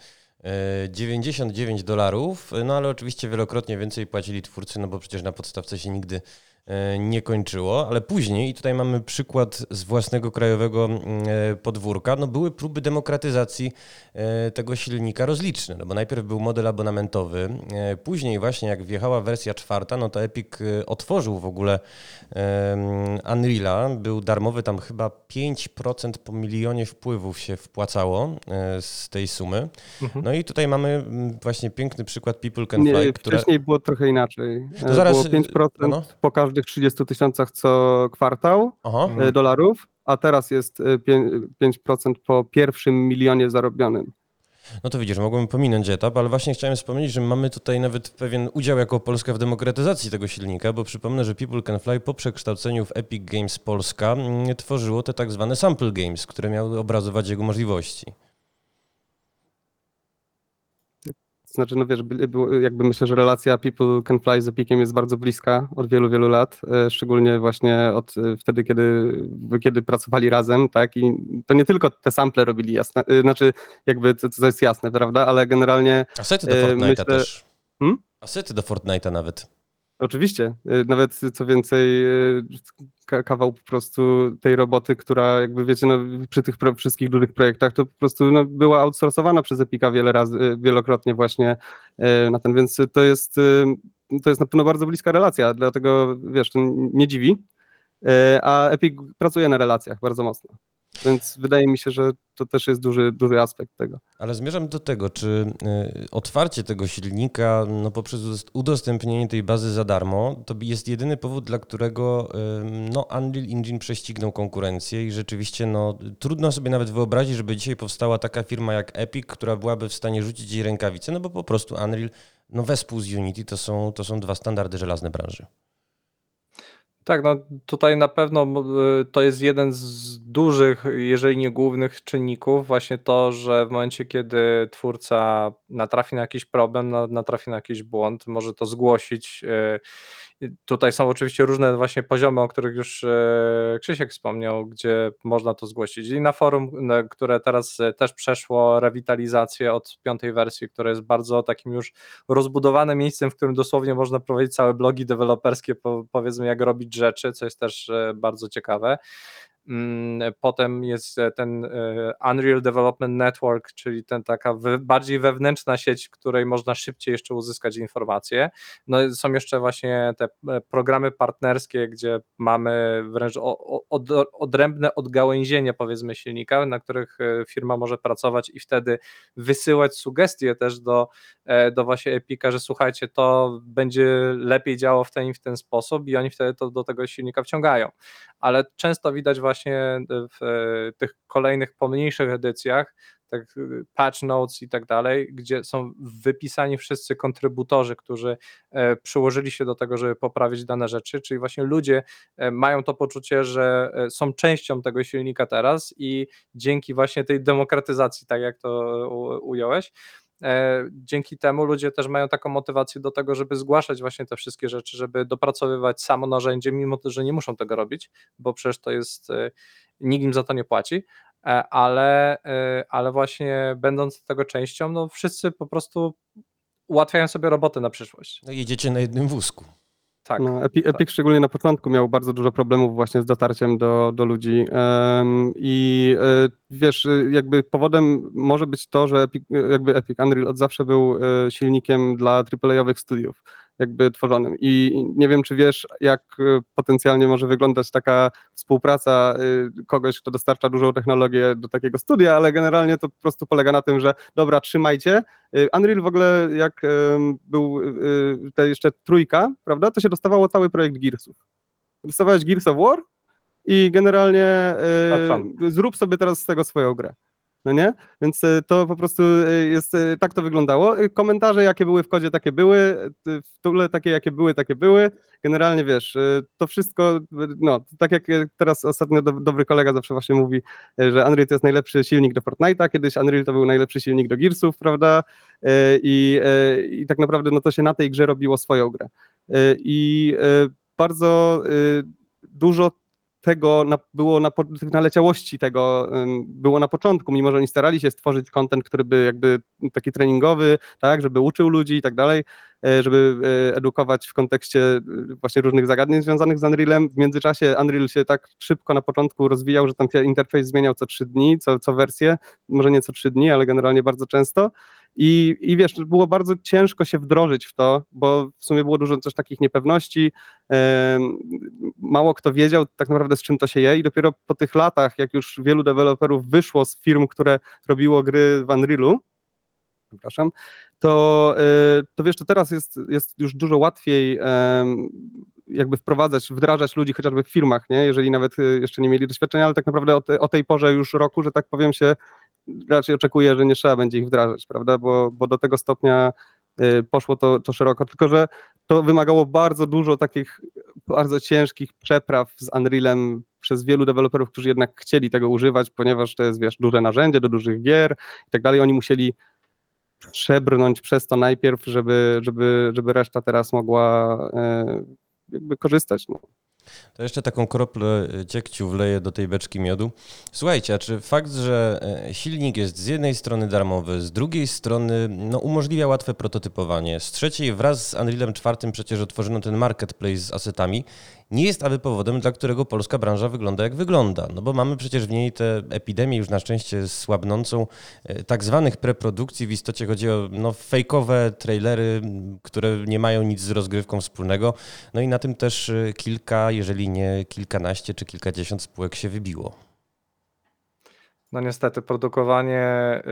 $99, no ale oczywiście wielokrotnie więcej płacili twórcy, no bo przecież na podstawce się nigdy nie kończyło, ale później, i tutaj mamy przykład z własnego krajowego podwórka, no były próby demokratyzacji tego silnika rozliczne, no bo najpierw był model abonamentowy, później właśnie jak wjechała wersja 4, no to Epic otworzył w ogóle Unreala, był darmowy, tam chyba 5% po milionie wpływów się wpłacało z tej sumy. No i tutaj mamy właśnie piękny przykład People Can Fly, które... Wcześniej było trochę inaczej. To zaraz, było 5% po każdych 30 000 co kwartał dolarów, a teraz jest 5% po pierwszym milionie zarobionym. No to widzisz, mogłem pominąć etap, ale właśnie chciałem wspomnieć, że mamy tutaj nawet pewien udział jako Polska w demokratyzacji tego silnika, bo przypomnę, że People Can Fly po przekształceniu w Epic Games Polska tworzyło te tak zwane sample games, które miały obrazować jego możliwości. Znaczy, no wiesz, jakby myślę, że relacja People Can Fly z Epiciem jest bardzo bliska od wielu, wielu lat, szczególnie właśnie od wtedy, kiedy pracowali razem, tak, i to nie tylko te sample robili jasne, znaczy jakby to jest jasne, prawda, ale generalnie... Asety do Fortnite'a też. Asety do Fortnite'a nawet. Oczywiście, nawet co więcej, kawał po prostu tej roboty, która jakby wiecie, no, przy tych wszystkich dużych projektach to po prostu no, była outsourcowana przez Epica wielokrotnie właśnie na ten, więc to jest na pewno bardzo bliska relacja, dlatego wiesz, to nie dziwi, a Epic pracuje na relacjach bardzo mocno. Więc wydaje mi się, że to też jest duży aspekt tego. Ale zmierzam do tego, czy otwarcie tego silnika no poprzez udostępnienie tej bazy za darmo, to jest jedyny powód, dla którego no, Unreal Engine prześcignął konkurencję i rzeczywiście no, trudno sobie nawet wyobrazić, żeby dzisiaj powstała taka firma jak Epic, która byłaby w stanie rzucić jej rękawice, no bo po prostu Unreal no, wespół z Unity to są dwa standardy żelazne branży. Tak, no tutaj na pewno to jest jeden z dużych, jeżeli nie głównych czynników, właśnie to, że w momencie, kiedy twórca natrafi na jakiś problem, natrafi na jakiś błąd, może to zgłosić. Tutaj są oczywiście różne właśnie poziomy, o których już Krzysiek wspomniał, gdzie można to zgłosić. I na forum, które teraz też przeszło rewitalizację od 5. wersji, które jest bardzo takim już rozbudowanym miejscem, w którym dosłownie można prowadzić całe blogi deweloperskie, powiedzmy jak robić rzeczy, co jest też bardzo ciekawe. Potem jest ten Unreal Development Network, czyli ten taka bardziej wewnętrzna sieć, w której można szybciej jeszcze uzyskać informacje. No są jeszcze właśnie te programy partnerskie, gdzie mamy wręcz odrębne odgałęzienie powiedzmy silnika, na których firma może pracować i wtedy wysyłać sugestie też do właśnie Epica, że słuchajcie, to będzie lepiej działało w ten sposób i oni wtedy to do tego silnika wciągają. Ale często widać właśnie w tych kolejnych pomniejszych edycjach, tak patch notes i tak dalej, gdzie są wypisani wszyscy kontrybutorzy, którzy przyłożyli się do tego, żeby poprawić dane rzeczy, czyli właśnie ludzie mają to poczucie, że są częścią tego silnika teraz i dzięki właśnie tej demokratyzacji, tak jak to ująłeś, dzięki temu ludzie też mają taką motywację do tego, żeby zgłaszać właśnie te wszystkie rzeczy, żeby dopracowywać samo narzędzie, mimo że nie muszą tego robić, bo przecież to jest, nikt im za to nie płaci, ale właśnie będąc tego częścią, no wszyscy po prostu ułatwiają sobie robotę na przyszłość. No jedziecie na jednym wózku. Tak. No, Epic szczególnie na początku miał bardzo dużo problemów właśnie z dotarciem do ludzi. Wiesz, jakby powodem może być to, że Epic Unreal od zawsze był silnikiem dla AAA-owych studiów jakby tworzonym. I nie wiem, czy wiesz, jak potencjalnie może wyglądać taka współpraca kogoś, kto dostarcza dużą technologię do takiego studia, ale generalnie to po prostu polega na tym, że dobra, trzymajcie. Unreal w ogóle, jak był jeszcze trójka, prawda, to się dostawało cały projekt Gearsów. Dostawałeś Gears of War i generalnie zrób sobie teraz z tego swoją grę. No nie? Więc to po prostu jest, tak to wyglądało. Komentarze, jakie były w kodzie, takie były. W tule takie, jakie były, takie były. Generalnie wiesz, to wszystko, no, tak jak teraz ostatnio dobry kolega zawsze właśnie mówi, że Unreal to jest najlepszy silnik do Fortnite'a, kiedyś Unreal to był najlepszy silnik do Gearsów, prawda? I tak naprawdę no to się na tej grze robiło swoją grę. I bardzo dużo tego było tych naleciałości tego było na początku, mimo że oni starali się stworzyć content, który by jakby taki treningowy, tak, żeby uczył ludzi i tak dalej, żeby edukować w kontekście właśnie różnych zagadnień związanych z Unrealem. W międzyczasie Unreal się tak szybko na początku rozwijał, że tam się interfejs zmieniał co 3 dni, co wersję, może nie co 3 dni, ale generalnie bardzo często. I wiesz, było bardzo ciężko się wdrożyć w to, bo w sumie było dużo też takich niepewności, mało kto wiedział tak naprawdę z czym to się je i dopiero po tych latach, jak już wielu deweloperów wyszło z firm, które robiło gry w Unrealu, przepraszam, to wiesz, to teraz jest już dużo łatwiej jakby wdrażać ludzi chociażby w firmach, nie? Jeżeli nawet jeszcze nie mieli doświadczenia, ale tak naprawdę o tej porze już roku, że tak powiem, się raczej oczekuję, że nie trzeba będzie ich wdrażać, prawda, bo do tego stopnia poszło to szeroko, tylko że to wymagało bardzo dużo takich bardzo ciężkich przepraw z Unrealem przez wielu deweloperów, którzy jednak chcieli tego używać, ponieważ to jest, wiesz, duże narzędzie do dużych gier i tak dalej, oni musieli przebrnąć przez to najpierw, żeby reszta teraz mogła jakby korzystać. No. To jeszcze taką kroplę ciekciu wleję do tej beczki miodu. Słuchajcie, a czy fakt, że silnik jest z jednej strony darmowy, z drugiej strony no, umożliwia łatwe prototypowanie, z trzeciej wraz z Unrealem 4 przecież otworzono ten marketplace z asetami, nie jest aby powodem, dla którego polska branża wygląda jak wygląda. No bo mamy przecież w niej tę epidemię już na szczęście słabnącą tak zwanych preprodukcji. W istocie chodzi o no, fejkowe trailery, które nie mają nic z rozgrywką wspólnego. No i na tym też kilka, jeżeli nie kilkanaście czy kilkadziesiąt spółek się wybiło. No niestety, produkowanie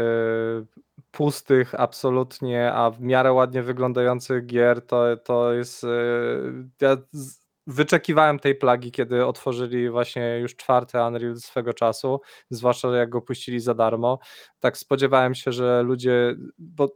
pustych absolutnie, a w miarę ładnie wyglądających gier to jest... Ja wyczekiwałem tej plagi, kiedy otworzyli właśnie już 4 Unreal swego czasu, zwłaszcza jak go puścili za darmo. Tak spodziewałem się, że ludzie... Bo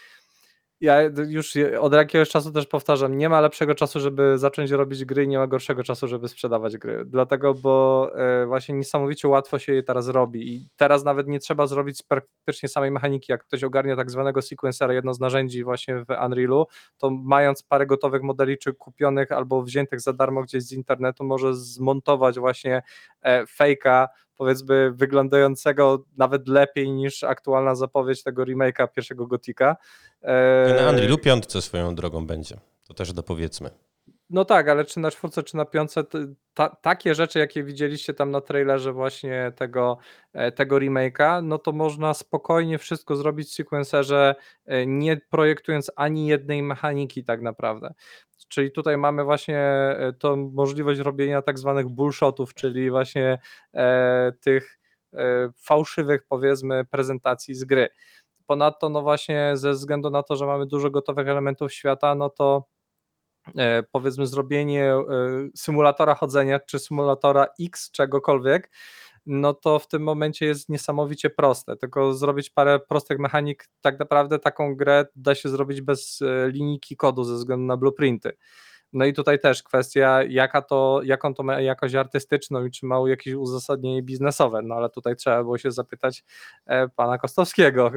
ja już od jakiegoś czasu też powtarzam, nie ma lepszego czasu, żeby zacząć robić gry i nie ma gorszego czasu, żeby sprzedawać gry. Dlatego, bo właśnie niesamowicie łatwo się je teraz robi i teraz nawet nie trzeba zrobić praktycznie samej mechaniki. Jak ktoś ogarnia tak zwanego sequencera, jedno z narzędzi właśnie w Unrealu, to mając parę gotowych modeli, czy kupionych albo wziętych za darmo gdzieś z internetu, może zmontować właśnie fejka, powiedzmy wyglądającego nawet lepiej niż aktualna zapowiedź tego remake'a pierwszego Gotika. Na Unrealu 5 swoją drogą będzie, to też dopowiedzmy. No tak, ale czy na 4, czy na 5, takie rzeczy, jakie widzieliście tam na trailerze właśnie tego remake'a, no to można spokojnie wszystko zrobić w sequencerze, nie projektując ani jednej mechaniki tak naprawdę. Czyli tutaj mamy właśnie tą możliwość robienia tak zwanych bullshotów, czyli właśnie tych fałszywych, powiedzmy, prezentacji z gry. Ponadto, no właśnie ze względu na to, że mamy dużo gotowych elementów świata, no to powiedzmy zrobienie symulatora chodzenia czy symulatora X czegokolwiek, no to w tym momencie jest niesamowicie proste, tylko zrobić parę prostych mechanik, tak naprawdę taką grę da się zrobić bez linijki kodu ze względu na blueprinty. No i tutaj też kwestia, jaką to ma jakość artystyczną i czy ma jakieś uzasadnienie biznesowe, no ale tutaj trzeba było się zapytać pana Kostowskiego,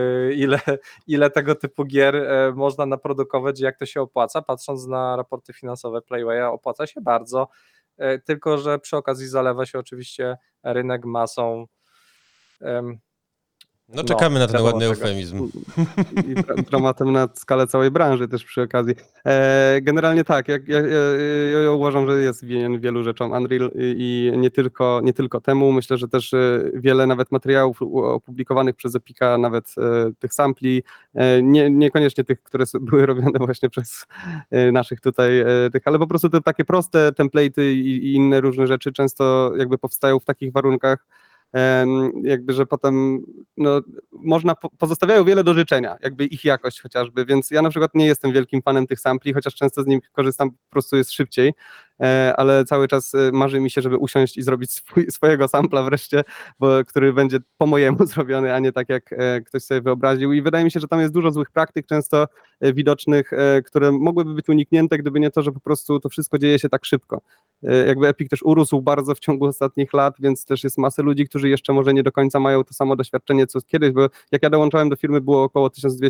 ile tego typu gier można naprodukować, jak to się opłaca, patrząc na raporty finansowe Playwaya, opłaca się bardzo, tylko że przy okazji zalewa się oczywiście rynek masą No czekamy na ten wiadomo ładny czego. eufemizm. I dramatem na skalę całej branży też przy okazji. Generalnie tak, ja uważam, że jest winien wielu rzeczom Unreal i nie tylko temu. Myślę, że też wiele nawet materiałów opublikowanych przez Epica, nawet tych sampli, niekoniecznie tych, które były robione właśnie przez naszych tutaj, ale po prostu te takie proste template'y i inne różne rzeczy często jakby powstają w takich warunkach, jakby, że potem no, pozostawiają wiele do życzenia, jakby ich jakość chociażby, więc ja na przykład nie jestem wielkim fanem tych sampli, chociaż często z nich korzystam, po prostu jest szybciej, ale cały czas marzy mi się, żeby usiąść i zrobić swojego sampla wreszcie, który będzie po mojemu zrobiony, a nie tak jak ktoś sobie wyobraził i wydaje mi się, że tam jest dużo złych praktyk, często widocznych, które mogłyby być uniknięte, gdyby nie to, że po prostu to wszystko dzieje się tak szybko. Jakby Epic też urósł bardzo w ciągu ostatnich lat, więc też jest masę ludzi, którzy jeszcze może nie do końca mają to samo doświadczenie, co kiedyś, bo jak ja dołączałem do firmy, było około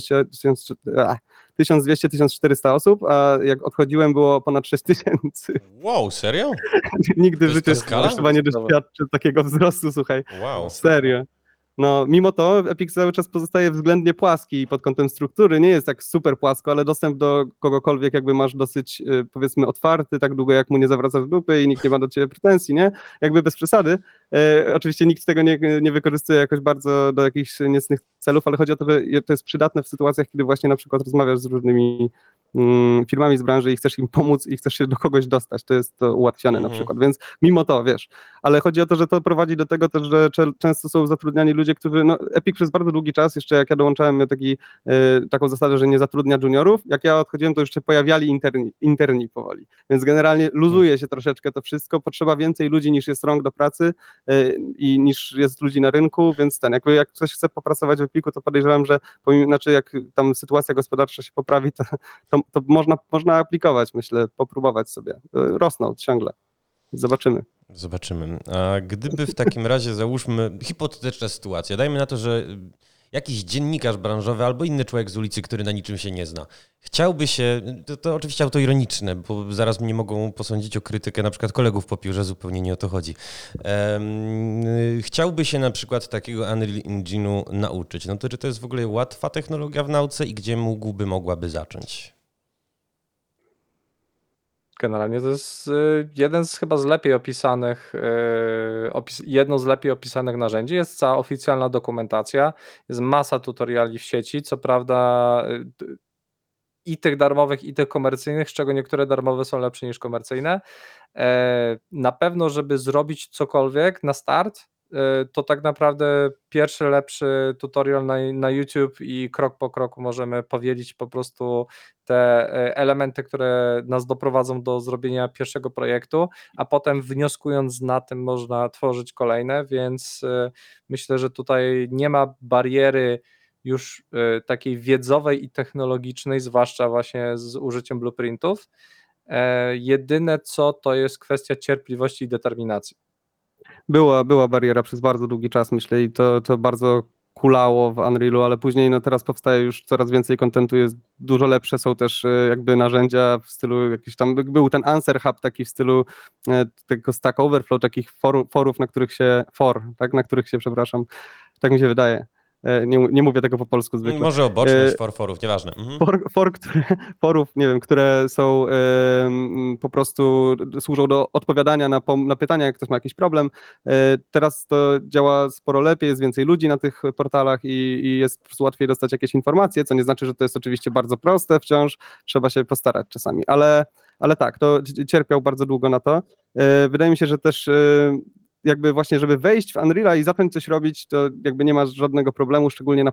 1200-1400 osób, a jak odchodziłem, było ponad 6000. Wow, serio? Nigdy To w jest życiu ta skala? chyba nie doświadczył takiego wzrostu, słuchaj. Wow. Serio. No, mimo to Epic cały czas pozostaje względnie płaski i pod kątem struktury nie jest tak super płasko, ale dostęp do kogokolwiek jakby masz dosyć, powiedzmy, otwarty, tak długo jak mu nie zawracasz dupy i nikt nie ma do ciebie pretensji, nie? Jakby bez przesady. Oczywiście nikt tego nie wykorzystuje jakoś bardzo do jakichś niecnych celów, ale chodzi o to, że to jest przydatne w sytuacjach, kiedy właśnie na przykład rozmawiasz z różnymi firmami z branży i chcesz im pomóc i chcesz się do kogoś dostać, to jest to ułatwione na przykład, więc mimo to, wiesz, ale chodzi o to, że to prowadzi do tego też, że często są zatrudniani ludzie, którzy, no Epic przez bardzo długi czas, jeszcze jak ja dołączałem, miał taką zasadę, że nie zatrudnia juniorów, jak ja odchodziłem, to już się pojawiali interni powoli, więc generalnie luzuje się troszeczkę to wszystko, potrzeba więcej ludzi niż jest rąk do pracy i niż jest ludzi na rynku, więc jak ktoś chce popracować w Epiku, to podejrzewam, że jak tam sytuacja gospodarcza się poprawi, to można aplikować, myślę, popróbować sobie. Rosną ciągle. Zobaczymy. Zobaczymy. A gdyby w takim razie, załóżmy, hipotetyczna sytuacja, dajmy na to, że jakiś dziennikarz branżowy albo inny człowiek z ulicy, który na niczym się nie zna, chciałby się, to oczywiście autoironiczne, bo zaraz mnie mogą posądzić o krytykę na przykład kolegów po piórze, zupełnie nie o to chodzi. Chciałby się na przykład takiego Unreal Engine'u nauczyć, no to czy to jest w ogóle łatwa technologia w nauce i gdzie mogłaby zacząć? Generalnie to jest jedno z lepiej opisanych narzędzi. Jest cała oficjalna dokumentacja, jest masa tutoriali w sieci, co prawda i tych darmowych, i tych komercyjnych, z czego niektóre darmowe są lepsze niż komercyjne. Na pewno, żeby zrobić cokolwiek na start, to tak naprawdę pierwszy lepszy tutorial na YouTube i krok po kroku możemy powiedzieć po prostu te elementy, które nas doprowadzą do zrobienia pierwszego projektu, a potem wnioskując na tym można tworzyć kolejne, więc myślę, że tutaj nie ma bariery już takiej wiedzowej i technologicznej, zwłaszcza właśnie z użyciem blueprintów. Jedyne co to jest kwestia cierpliwości i determinacji. Była bariera przez bardzo długi czas, myślę, i to bardzo kulało w Unrealu, ale później no teraz powstaje już coraz więcej kontentu, jest dużo lepsze, są też jakby narzędzia w stylu jakiś tam, był ten Answer Hub taki w stylu tego Stack Overflow, takich forów, na których się, przepraszam, tak mi się wydaje. Nie mówię tego po polsku zwykle. Może oboczność forów, nieważne. Forów, nie wiem, które są po prostu służą do odpowiadania na pytania, jak ktoś ma jakiś problem. Teraz to działa sporo lepiej, jest więcej ludzi na tych portalach i jest po prostu łatwiej dostać jakieś informacje, co nie znaczy, że to jest oczywiście bardzo proste wciąż, trzeba się postarać czasami, ale tak, to cierpiał bardzo długo na to. Wydaje mi się, że też jakby właśnie, żeby wejść w Unreala i zacząć coś robić, to jakby nie ma żadnego problemu, szczególnie na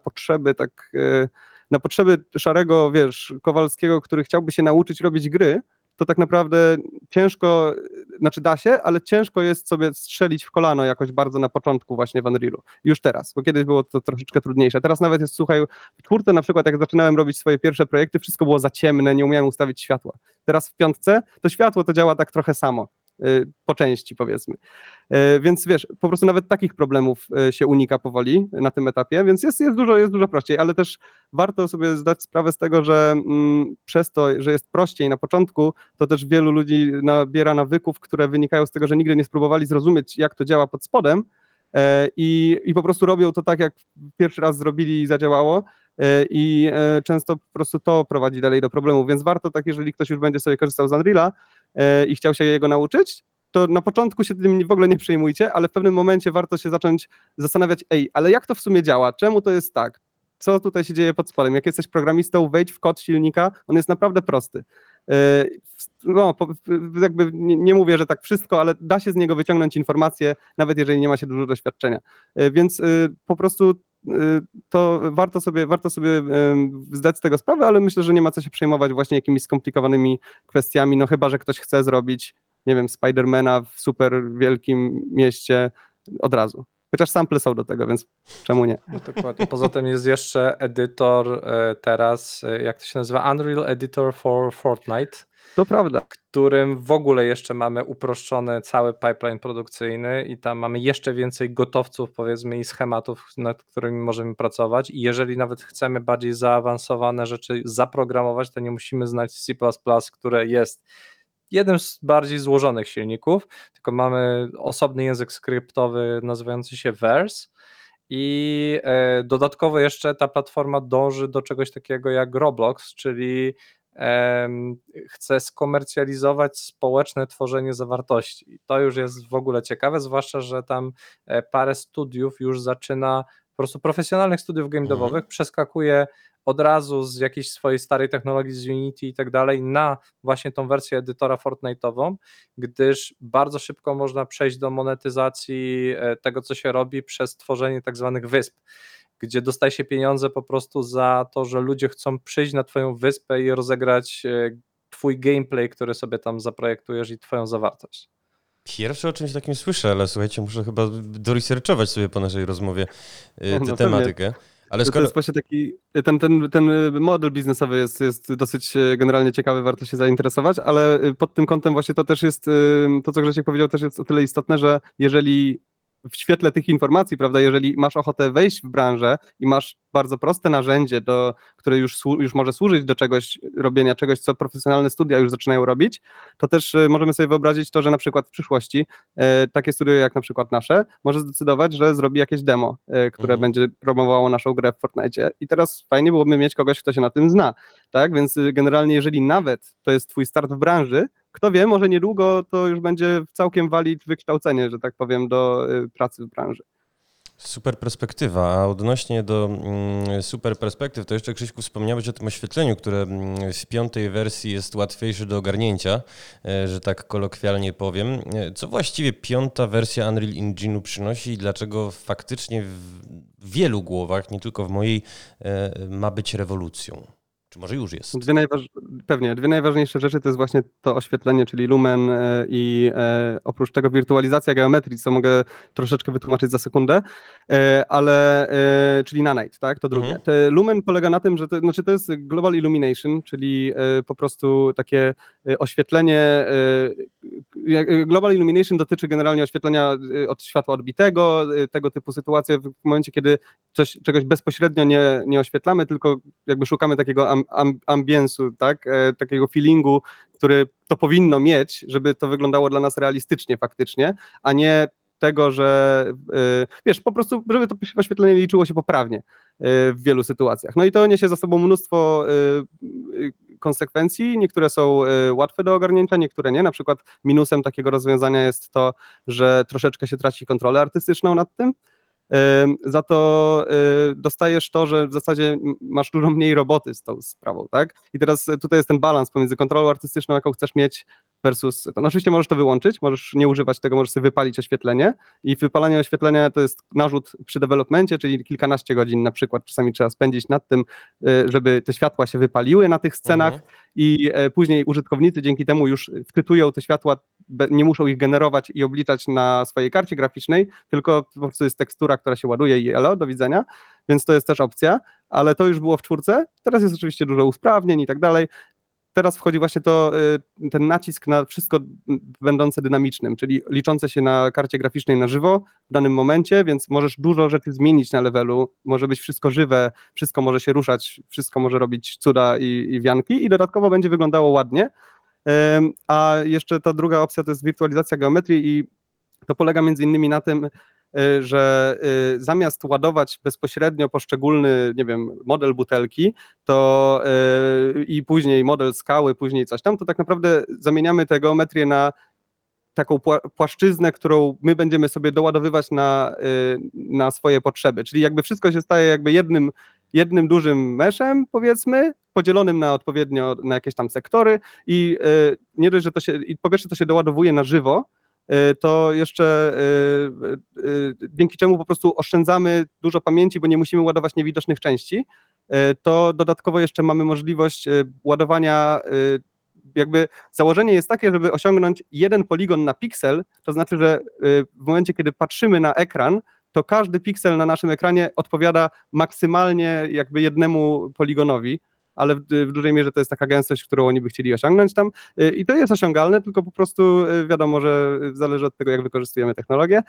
potrzeby szarego, wiesz, Kowalskiego, który chciałby się nauczyć robić gry, to tak naprawdę ciężko, znaczy da się, ale ciężko jest sobie strzelić w kolano jakoś bardzo na początku właśnie w Unrealu. Już teraz, bo kiedyś było to troszeczkę trudniejsze. Teraz nawet jest, słuchaj, w czwórce na przykład, jak zaczynałem robić swoje pierwsze projekty, wszystko było za ciemne, nie umiałem ustawić światła. Teraz w piątce to światło to działa tak trochę samo. Po części, powiedzmy. Więc wiesz, po prostu nawet takich problemów się unika powoli na tym etapie, więc jest dużo prościej, ale też warto sobie zdać sprawę z tego, że przez to, że jest prościej na początku, to też wielu ludzi nabiera nawyków, które wynikają z tego, że nigdy nie spróbowali zrozumieć, jak to działa pod spodem, i po prostu robią to tak, jak pierwszy raz zrobili i zadziałało. I często po prostu to prowadzi dalej do problemu, więc warto tak, jeżeli ktoś już będzie sobie korzystał z Unreala i chciał się jego nauczyć, to na początku się tym w ogóle nie przejmujcie, ale w pewnym momencie warto się zacząć zastanawiać, ale jak to w sumie działa, czemu to jest tak, co tutaj się dzieje pod spodem, jak jesteś programistą, wejdź w kod silnika, on jest naprawdę prosty. No, jakby nie mówię, że tak wszystko, ale da się z niego wyciągnąć informacje, nawet jeżeli nie ma się dużo doświadczenia. Więc po prostu to warto sobie zdać z tego sprawę, ale myślę, że nie ma co się przejmować właśnie jakimiś skomplikowanymi kwestiami, no chyba, że ktoś chce zrobić, nie wiem, Spidermana w super wielkim mieście od razu. Chociaż sample są do tego, więc czemu nie? No, dokładnie. Poza tym jest jeszcze edytor teraz, jak to się nazywa? Unreal Editor for Fortnite, To prawda. którym w ogóle jeszcze mamy uproszczony cały pipeline produkcyjny i tam mamy jeszcze więcej gotowców, powiedzmy, i schematów, nad którymi możemy pracować, i jeżeli nawet chcemy bardziej zaawansowane rzeczy zaprogramować, to nie musimy znać C++, które jest jednym z bardziej złożonych silników, tylko mamy osobny język skryptowy nazywający się Verse i dodatkowo jeszcze ta platforma dąży do czegoś takiego jak Roblox, czyli chce skomercjalizować społeczne tworzenie zawartości. I to już jest w ogóle ciekawe, zwłaszcza, że tam parę studiów już zaczyna, po prostu profesjonalnych studiów game devowych, przeskakuje od razu z jakiejś swojej starej technologii, z Unity i tak dalej, na właśnie tą wersję edytora Fortnite'ową, gdyż bardzo szybko można przejść do monetyzacji tego, co się robi, przez tworzenie tak zwanych wysp, gdzie dostaje się pieniądze po prostu za to, że ludzie chcą przyjść na twoją wyspę i rozegrać twój gameplay, który sobie tam zaprojektujesz, i twoją zawartość. Pierwszy o czymś takim słyszę, ale słuchajcie, muszę chyba doresearchować sobie po naszej rozmowie tę No tematykę. Ale To skoro... jest właśnie taki, ten model biznesowy jest dosyć generalnie ciekawy, warto się zainteresować, ale pod tym kątem właśnie to też jest, to co Grzesiek powiedział, też jest o tyle istotne, że jeżeli w świetle tych informacji, prawda, jeżeli masz ochotę wejść w branżę i masz bardzo proste narzędzie, które już może służyć do czegoś, robienia czegoś, co profesjonalne studia już zaczynają robić, to też możemy sobie wyobrazić to, że na przykład w przyszłości takie studio jak na przykład nasze może zdecydować, że zrobi jakieś demo, które będzie promowało naszą grę w Fortnite, i teraz fajnie byłoby mieć kogoś, kto się na tym zna, tak, więc generalnie jeżeli nawet to jest twój start w branży, kto wie, może niedługo to już będzie całkiem valid wykształcenie, że tak powiem, do pracy w branży. Super perspektywa, a odnośnie do super perspektyw, to jeszcze Krzyśku wspomniałeś o tym oświetleniu, które w 5. wersji jest łatwiejsze do ogarnięcia, że tak kolokwialnie powiem. Co właściwie 5. wersja Unreal Engine'u przynosi i dlaczego faktycznie w wielu głowach, nie tylko w mojej, ma być rewolucją? Czy może już jest? Dwie najważniejsze rzeczy to jest właśnie to oświetlenie, czyli lumen i oprócz tego wirtualizacja geometrii, co mogę troszeczkę wytłumaczyć za sekundę, czyli nanite, tak, to drugie. Lumen polega na tym, że to jest global illumination, czyli po prostu takie oświetlenie. Global illumination dotyczy generalnie oświetlenia od światła odbitego, tego typu sytuacje w momencie, kiedy czegoś bezpośrednio nie oświetlamy, tylko jakby szukamy takiego ambiensu, tak, takiego feelingu, który to powinno mieć, żeby to wyglądało dla nas realistycznie faktycznie, a nie tego, że wiesz, po prostu, żeby to oświetlenie liczyło się poprawnie w wielu sytuacjach. No i to niesie za sobą mnóstwo konsekwencji, niektóre są łatwe do ogarnięcia, niektóre nie. Na przykład minusem takiego rozwiązania jest to, że troszeczkę się traci kontrolę artystyczną nad tym. Za to dostajesz to, że w zasadzie masz dużo mniej roboty z tą sprawą, tak? I teraz tutaj jest ten balans pomiędzy kontrolą artystyczną, jaką chcesz mieć, versus, no oczywiście możesz to wyłączyć, możesz nie używać tego, możesz sobie wypalić oświetlenie, i wypalanie oświetlenia to jest narzut przy developmencie, czyli kilkanaście godzin na przykład czasami trzeba spędzić nad tym, żeby te światła się wypaliły na tych scenach, i później użytkownicy dzięki temu już wczytują te światła, nie muszą ich generować i obliczać na swojej karcie graficznej, tylko po prostu jest tekstura, która się ładuje i elo, do widzenia, więc to jest też opcja, ale to już było w 4, teraz jest oczywiście dużo usprawnień i tak dalej. Teraz wchodzi właśnie ten nacisk na wszystko będące dynamicznym, czyli liczące się na karcie graficznej na żywo w danym momencie, więc możesz dużo rzeczy zmienić na levelu, może być wszystko żywe, wszystko może się ruszać, wszystko może robić cuda i wianki, i dodatkowo będzie wyglądało ładnie. A jeszcze ta druga opcja to jest wirtualizacja geometrii, i to polega między innymi na tym, że zamiast ładować bezpośrednio poszczególny, nie wiem, model butelki, to i później model skały, później coś tam, to tak naprawdę zamieniamy tę geometrię na taką płaszczyznę, którą my będziemy sobie doładowywać na swoje potrzeby. Czyli jakby wszystko się staje jakby jednym dużym meshem, powiedzmy, podzielonym na odpowiednio na jakieś tam sektory i nie dość, że po pierwsze to się doładowuje na żywo, to jeszcze dzięki czemu po prostu oszczędzamy dużo pamięci, bo nie musimy ładować niewidocznych części, to dodatkowo jeszcze mamy możliwość ładowania, jakby założenie jest takie, żeby osiągnąć jeden poligon na piksel, to znaczy, że w momencie, kiedy patrzymy na ekran, to każdy piksel na naszym ekranie odpowiada maksymalnie jakby jednemu poligonowi, ale w dużej mierze to jest taka gęstość, którą oni by chcieli osiągnąć tam i to jest osiągalne, tylko po prostu wiadomo, że zależy od tego, jak wykorzystujemy technologię.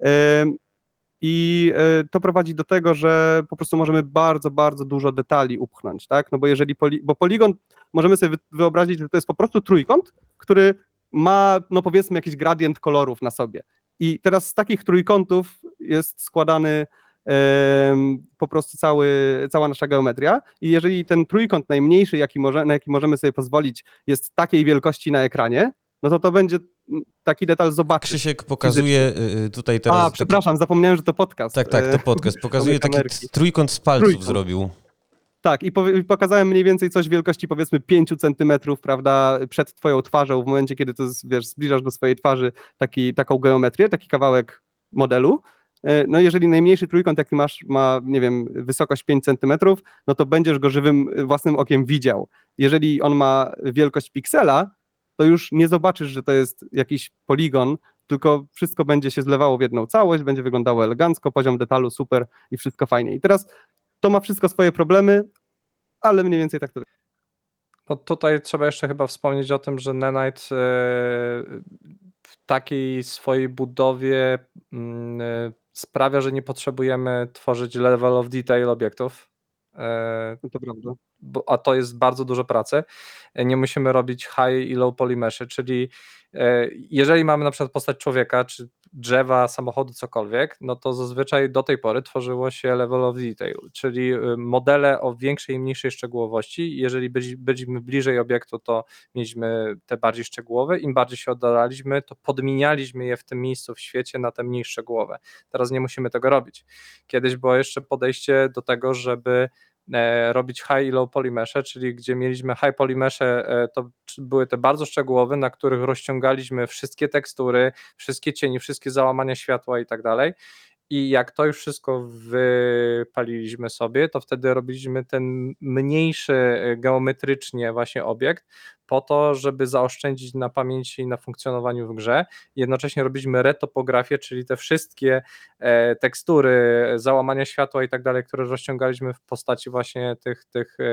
I to prowadzi do tego, że po prostu możemy bardzo, bardzo dużo detali upchnąć, tak? No bo jeżeli bo poligon, możemy sobie wyobrazić, że to jest po prostu trójkąt, który ma, no powiedzmy, jakiś gradient kolorów na sobie. I teraz z takich trójkątów jest składany po prostu cała nasza geometria i jeżeli ten trójkąt najmniejszy, na jaki możemy sobie pozwolić, jest takiej wielkości na ekranie, no to będzie taki detal zobaczyć. Krzysiek pokazuje tutaj teraz... przepraszam, zapomniałem, że to podcast. Tak, to podcast. Pokazuje taki trójkąt z palców zrobił. Tak, i pokazałem mniej więcej coś wielkości powiedzmy 5 centymetrów, prawda, przed twoją twarzą, w momencie, kiedy to, wiesz, zbliżasz do swojej twarzy taką geometrię, taki kawałek modelu. No jeżeli najmniejszy trójkąt, jaki masz, ma, nie wiem, wysokość 5 centymetrów, no to będziesz go żywym własnym okiem widział. Jeżeli on ma wielkość piksela, to już nie zobaczysz, że to jest jakiś poligon, tylko wszystko będzie się zlewało w jedną całość, będzie wyglądało elegancko, poziom detalu super i wszystko fajnie. I teraz to ma wszystko swoje problemy, ale mniej więcej tak to jest. No tutaj trzeba jeszcze chyba wspomnieć o tym, że Nanite w takiej swojej budowie sprawia, że nie potrzebujemy tworzyć level of detail obiektów. To prawda. A to jest bardzo dużo pracy. Nie musimy robić high i low poly meshy, czyli jeżeli mamy na przykład postać człowieka, czy drzewa, samochodu, cokolwiek, no to zazwyczaj do tej pory tworzyło się level of detail, czyli modele o większej i mniejszej szczegółowości. Jeżeli byliśmy bliżej obiektu, to mieliśmy te bardziej szczegółowe, im bardziej się oddalaliśmy, to podmienialiśmy je w tym miejscu w świecie na te mniej szczegółowe. Teraz nie musimy tego robić. Kiedyś było jeszcze podejście do tego, żeby robić high i low poly mesze, czyli gdzie mieliśmy high poly mesze, to były te bardzo szczegółowe, na których rozciągaliśmy wszystkie tekstury, wszystkie cienie, wszystkie załamania światła i tak dalej. I jak to już wszystko wypaliliśmy sobie, to wtedy robiliśmy ten mniejszy geometrycznie właśnie obiekt po to, żeby zaoszczędzić na pamięci i na funkcjonowaniu w grze. Jednocześnie robiliśmy retopografię, czyli te wszystkie tekstury, załamania światła i tak dalej, które rozciągaliśmy w postaci właśnie tych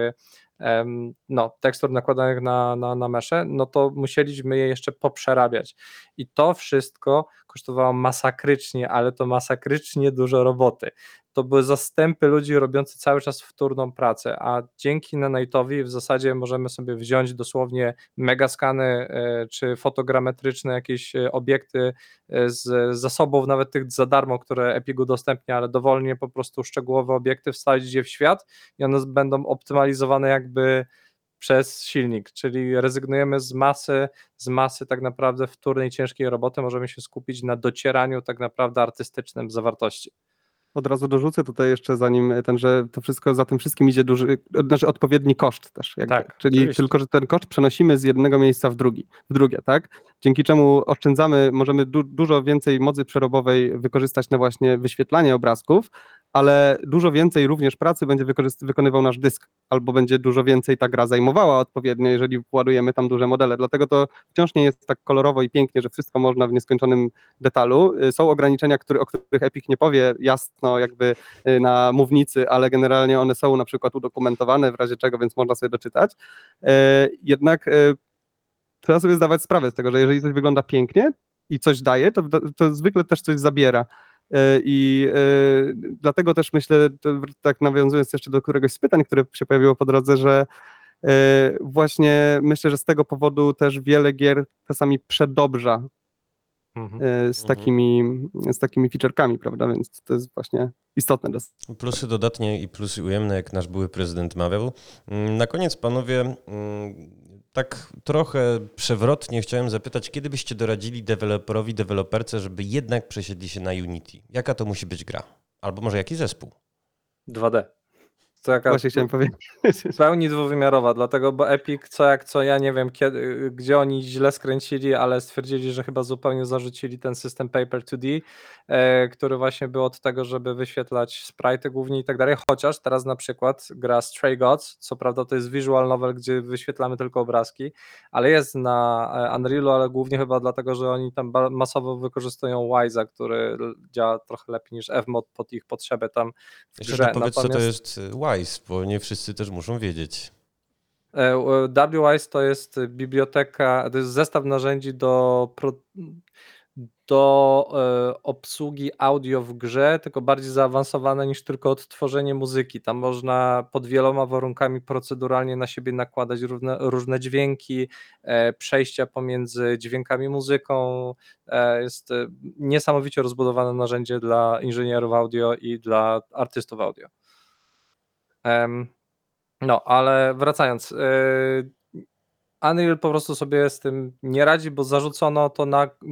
tekstur nakładanych na meszę, no to musieliśmy je jeszcze poprzerabiać. I to wszystko kosztowało masakrycznie, ale to masakrycznie dużo roboty. To były zastępy ludzi robiących cały czas wtórną pracę, a dzięki Nanite'owi w zasadzie możemy sobie wziąć dosłownie megaskany czy fotogrametryczne jakieś obiekty z zasobów, nawet tych za darmo, które Epic udostępnia, ale dowolnie po prostu szczegółowe obiekty, wstawić je w świat i one będą optymalizowane jakby przez silnik, czyli rezygnujemy z masy tak naprawdę wtórnej, ciężkiej roboty, możemy się skupić na docieraniu tak naprawdę artystycznym zawartości. Od razu dorzucę tutaj jeszcze, zanim że to wszystko, za tym wszystkim idzie odpowiedni koszt też. Jakby. Tak, czyli oczywiście. tylko, że ten koszt przenosimy z jednego miejsca w drugie, tak? Dzięki czemu oszczędzamy, możemy dużo więcej mocy przerobowej wykorzystać na właśnie wyświetlanie obrazków, ale dużo więcej również pracy będzie wykonywał nasz dysk, albo będzie dużo więcej ta gra zajmowała odpowiednio, jeżeli ładujemy tam duże modele. Dlatego to wciąż nie jest tak kolorowo i pięknie, że wszystko można w nieskończonym detalu. Są ograniczenia, o których Epic nie powie jasno jakby na mównicy, ale generalnie one są na przykład udokumentowane, w razie czego, więc można sobie doczytać. Jednak trzeba sobie zdawać sprawę z tego, że jeżeli coś wygląda pięknie i coś daje, to zwykle też coś zabiera. I dlatego też myślę, tak nawiązując jeszcze do któregoś z pytań, które się pojawiło po drodze, że właśnie myślę, że z tego powodu też wiele gier czasami przedobrza z takimi featurekami, prawda? Więc to jest właśnie istotne. Plusy dodatnie i plusy ujemne, jak nasz były prezydent mawiał. Na koniec, panowie, tak trochę przewrotnie chciałem zapytać, kiedy byście doradzili deweloperce, żeby jednak przesiedli się na Unity? Jaka to musi być gra? Albo może jaki zespół? 2D. Właśnie chciałem powiedzieć. W pełni dwuwymiarowa, dlatego, bo Epic co ja nie wiem kiedy, gdzie oni źle skręcili, ale stwierdzili, że chyba zupełnie zarzucili ten system Paper 2D, który właśnie był od tego, żeby wyświetlać sprite'y głównie i tak dalej, chociaż teraz na przykład gra Stray Gods, co prawda to jest visual novel, gdzie wyświetlamy tylko obrazki, ale jest na Unrealu, ale głównie chyba dlatego, że oni tam masowo wykorzystują Wise'a, który działa trochę lepiej niż Fmod pod ich potrzeby tam w Jeszcze grze. powiedz, co to jest Wise, bo nie wszyscy też muszą wiedzieć. WISE to jest biblioteka, to jest zestaw narzędzi do obsługi audio w grze, tylko bardziej zaawansowane niż tylko odtworzenie muzyki. Tam można pod wieloma warunkami proceduralnie na siebie nakładać różne dźwięki, przejścia pomiędzy dźwiękami i muzyką. Jest niesamowicie rozbudowane narzędzie dla inżynierów audio i dla artystów audio. No, ale wracając, Unreal po prostu sobie z tym nie radzi, bo zarzucono to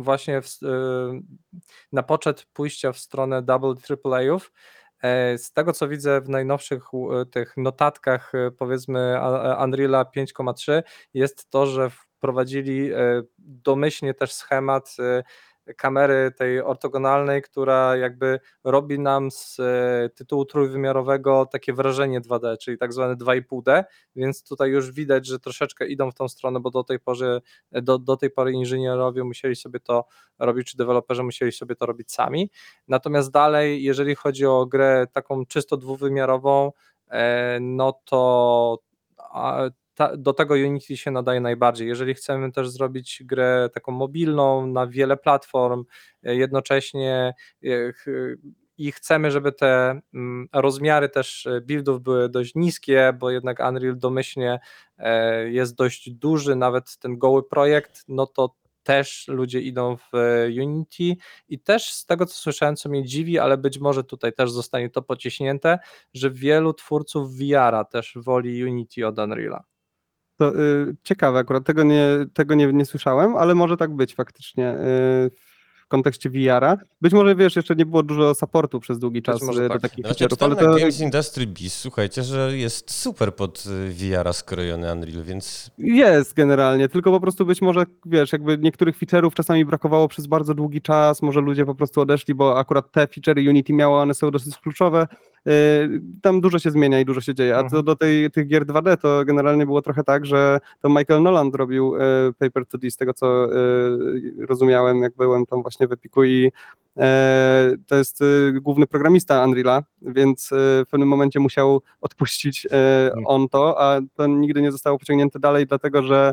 na poczet pójścia w stronę AAA-ów. Z tego, co widzę w najnowszych tych notatkach, powiedzmy Unreala 5.3, jest to, że wprowadzili domyślnie też schemat kamery tej ortogonalnej, która jakby robi nam z tytułu trójwymiarowego takie wrażenie 2D, czyli tak zwane 2,5D, więc tutaj już widać, że troszeczkę idą w tą stronę, bo do tej pory inżynierowie musieli sobie to robić, czy deweloperzy musieli sobie to robić sami. Natomiast dalej, jeżeli chodzi o grę taką czysto dwuwymiarową, no to do tego Unity się nadaje najbardziej. Jeżeli chcemy też zrobić grę taką mobilną na wiele platform jednocześnie i chcemy, żeby te rozmiary też buildów były dość niskie, bo jednak Unreal domyślnie jest dość duży, nawet ten goły projekt, no to też ludzie idą w Unity i też z tego, co słyszałem, co mnie dziwi, ale być może tutaj też zostanie to pociśnięte, że wielu twórców VR-a też woli Unity od Unreala. To ciekawe, akurat tego nie słyszałem, ale może tak być faktycznie w kontekście VR-a. Być może, wiesz, jeszcze nie było dużo supportu przez długi czas może do tak. takich Właśnie feature'ów, czytałem na Games Industry Biz, słuchajcie, że jest super pod VR-a skrojony Unreal, więc... Jest generalnie, tylko po prostu być może, wiesz, jakby niektórych feature'ów czasami brakowało przez bardzo długi czas, może ludzie po prostu odeszli, bo akurat te feature'y Unity miało, one są dosyć kluczowe. Tam dużo się zmienia i dużo się dzieje, a co do tych gier 2D, to generalnie było trochę tak, że to Michael Noland robił Paper 2D, z tego co rozumiałem, jak byłem tam właśnie w Epiku i to jest główny programista Unreala, więc w pewnym momencie musiał odpuścić on to, a to nigdy nie zostało pociągnięte dalej, dlatego że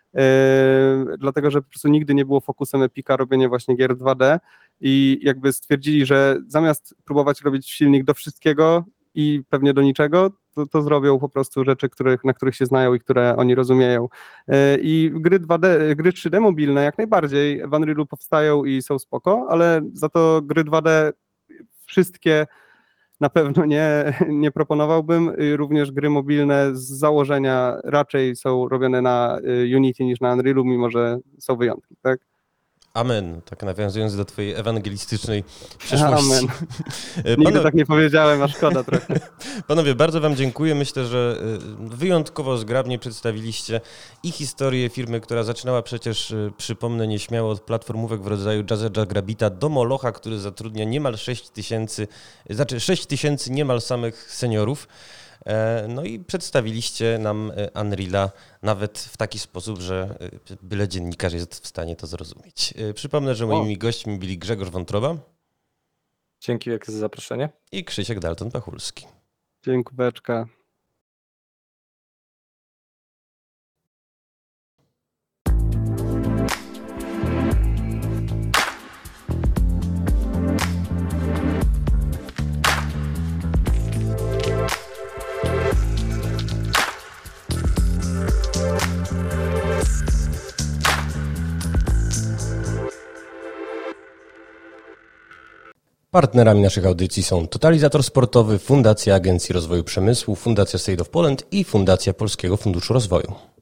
po prostu nigdy nie było fokusem Epika robienie właśnie gier 2D i jakby stwierdzili, że zamiast próbować robić silnik do wszystkiego i pewnie do niczego, to zrobią po prostu rzeczy, na których się znają i które oni rozumieją. I gry 2D, gry 3D mobilne jak najbardziej w Unrealu powstają i są spoko, ale za to gry 2D wszystkie na pewno nie proponowałbym. Również gry mobilne z założenia raczej są robione na Unity niż na Unrealu, mimo że są wyjątki, tak? Amen, tak nawiązując do twojej ewangelistycznej przyszłości. Amen. Nigdy tak nie powiedziałem, a szkoda trochę. Panowie, bardzo wam dziękuję. Myślę, że wyjątkowo zgrabnie przedstawiliście i historię firmy, która zaczynała przecież, przypomnę nieśmiało, od platformówek w rodzaju Jackrabbita do Molocha, który zatrudnia niemal 6 tysięcy niemal samych seniorów. No i przedstawiliście nam Unreala nawet w taki sposób, że byle dziennikarz jest w stanie to zrozumieć. Przypomnę, że moimi gośćmi byli Grzegorz Wątroba. Dzięki wielkie za zaproszenie. I Krzysiek Dalton-Pachulski. Dziękuję. Partnerami naszych audycji są Totalizator Sportowy, Fundacja Agencji Rozwoju Przemysłu, Fundacja State of Poland i Fundacja Polskiego Funduszu Rozwoju.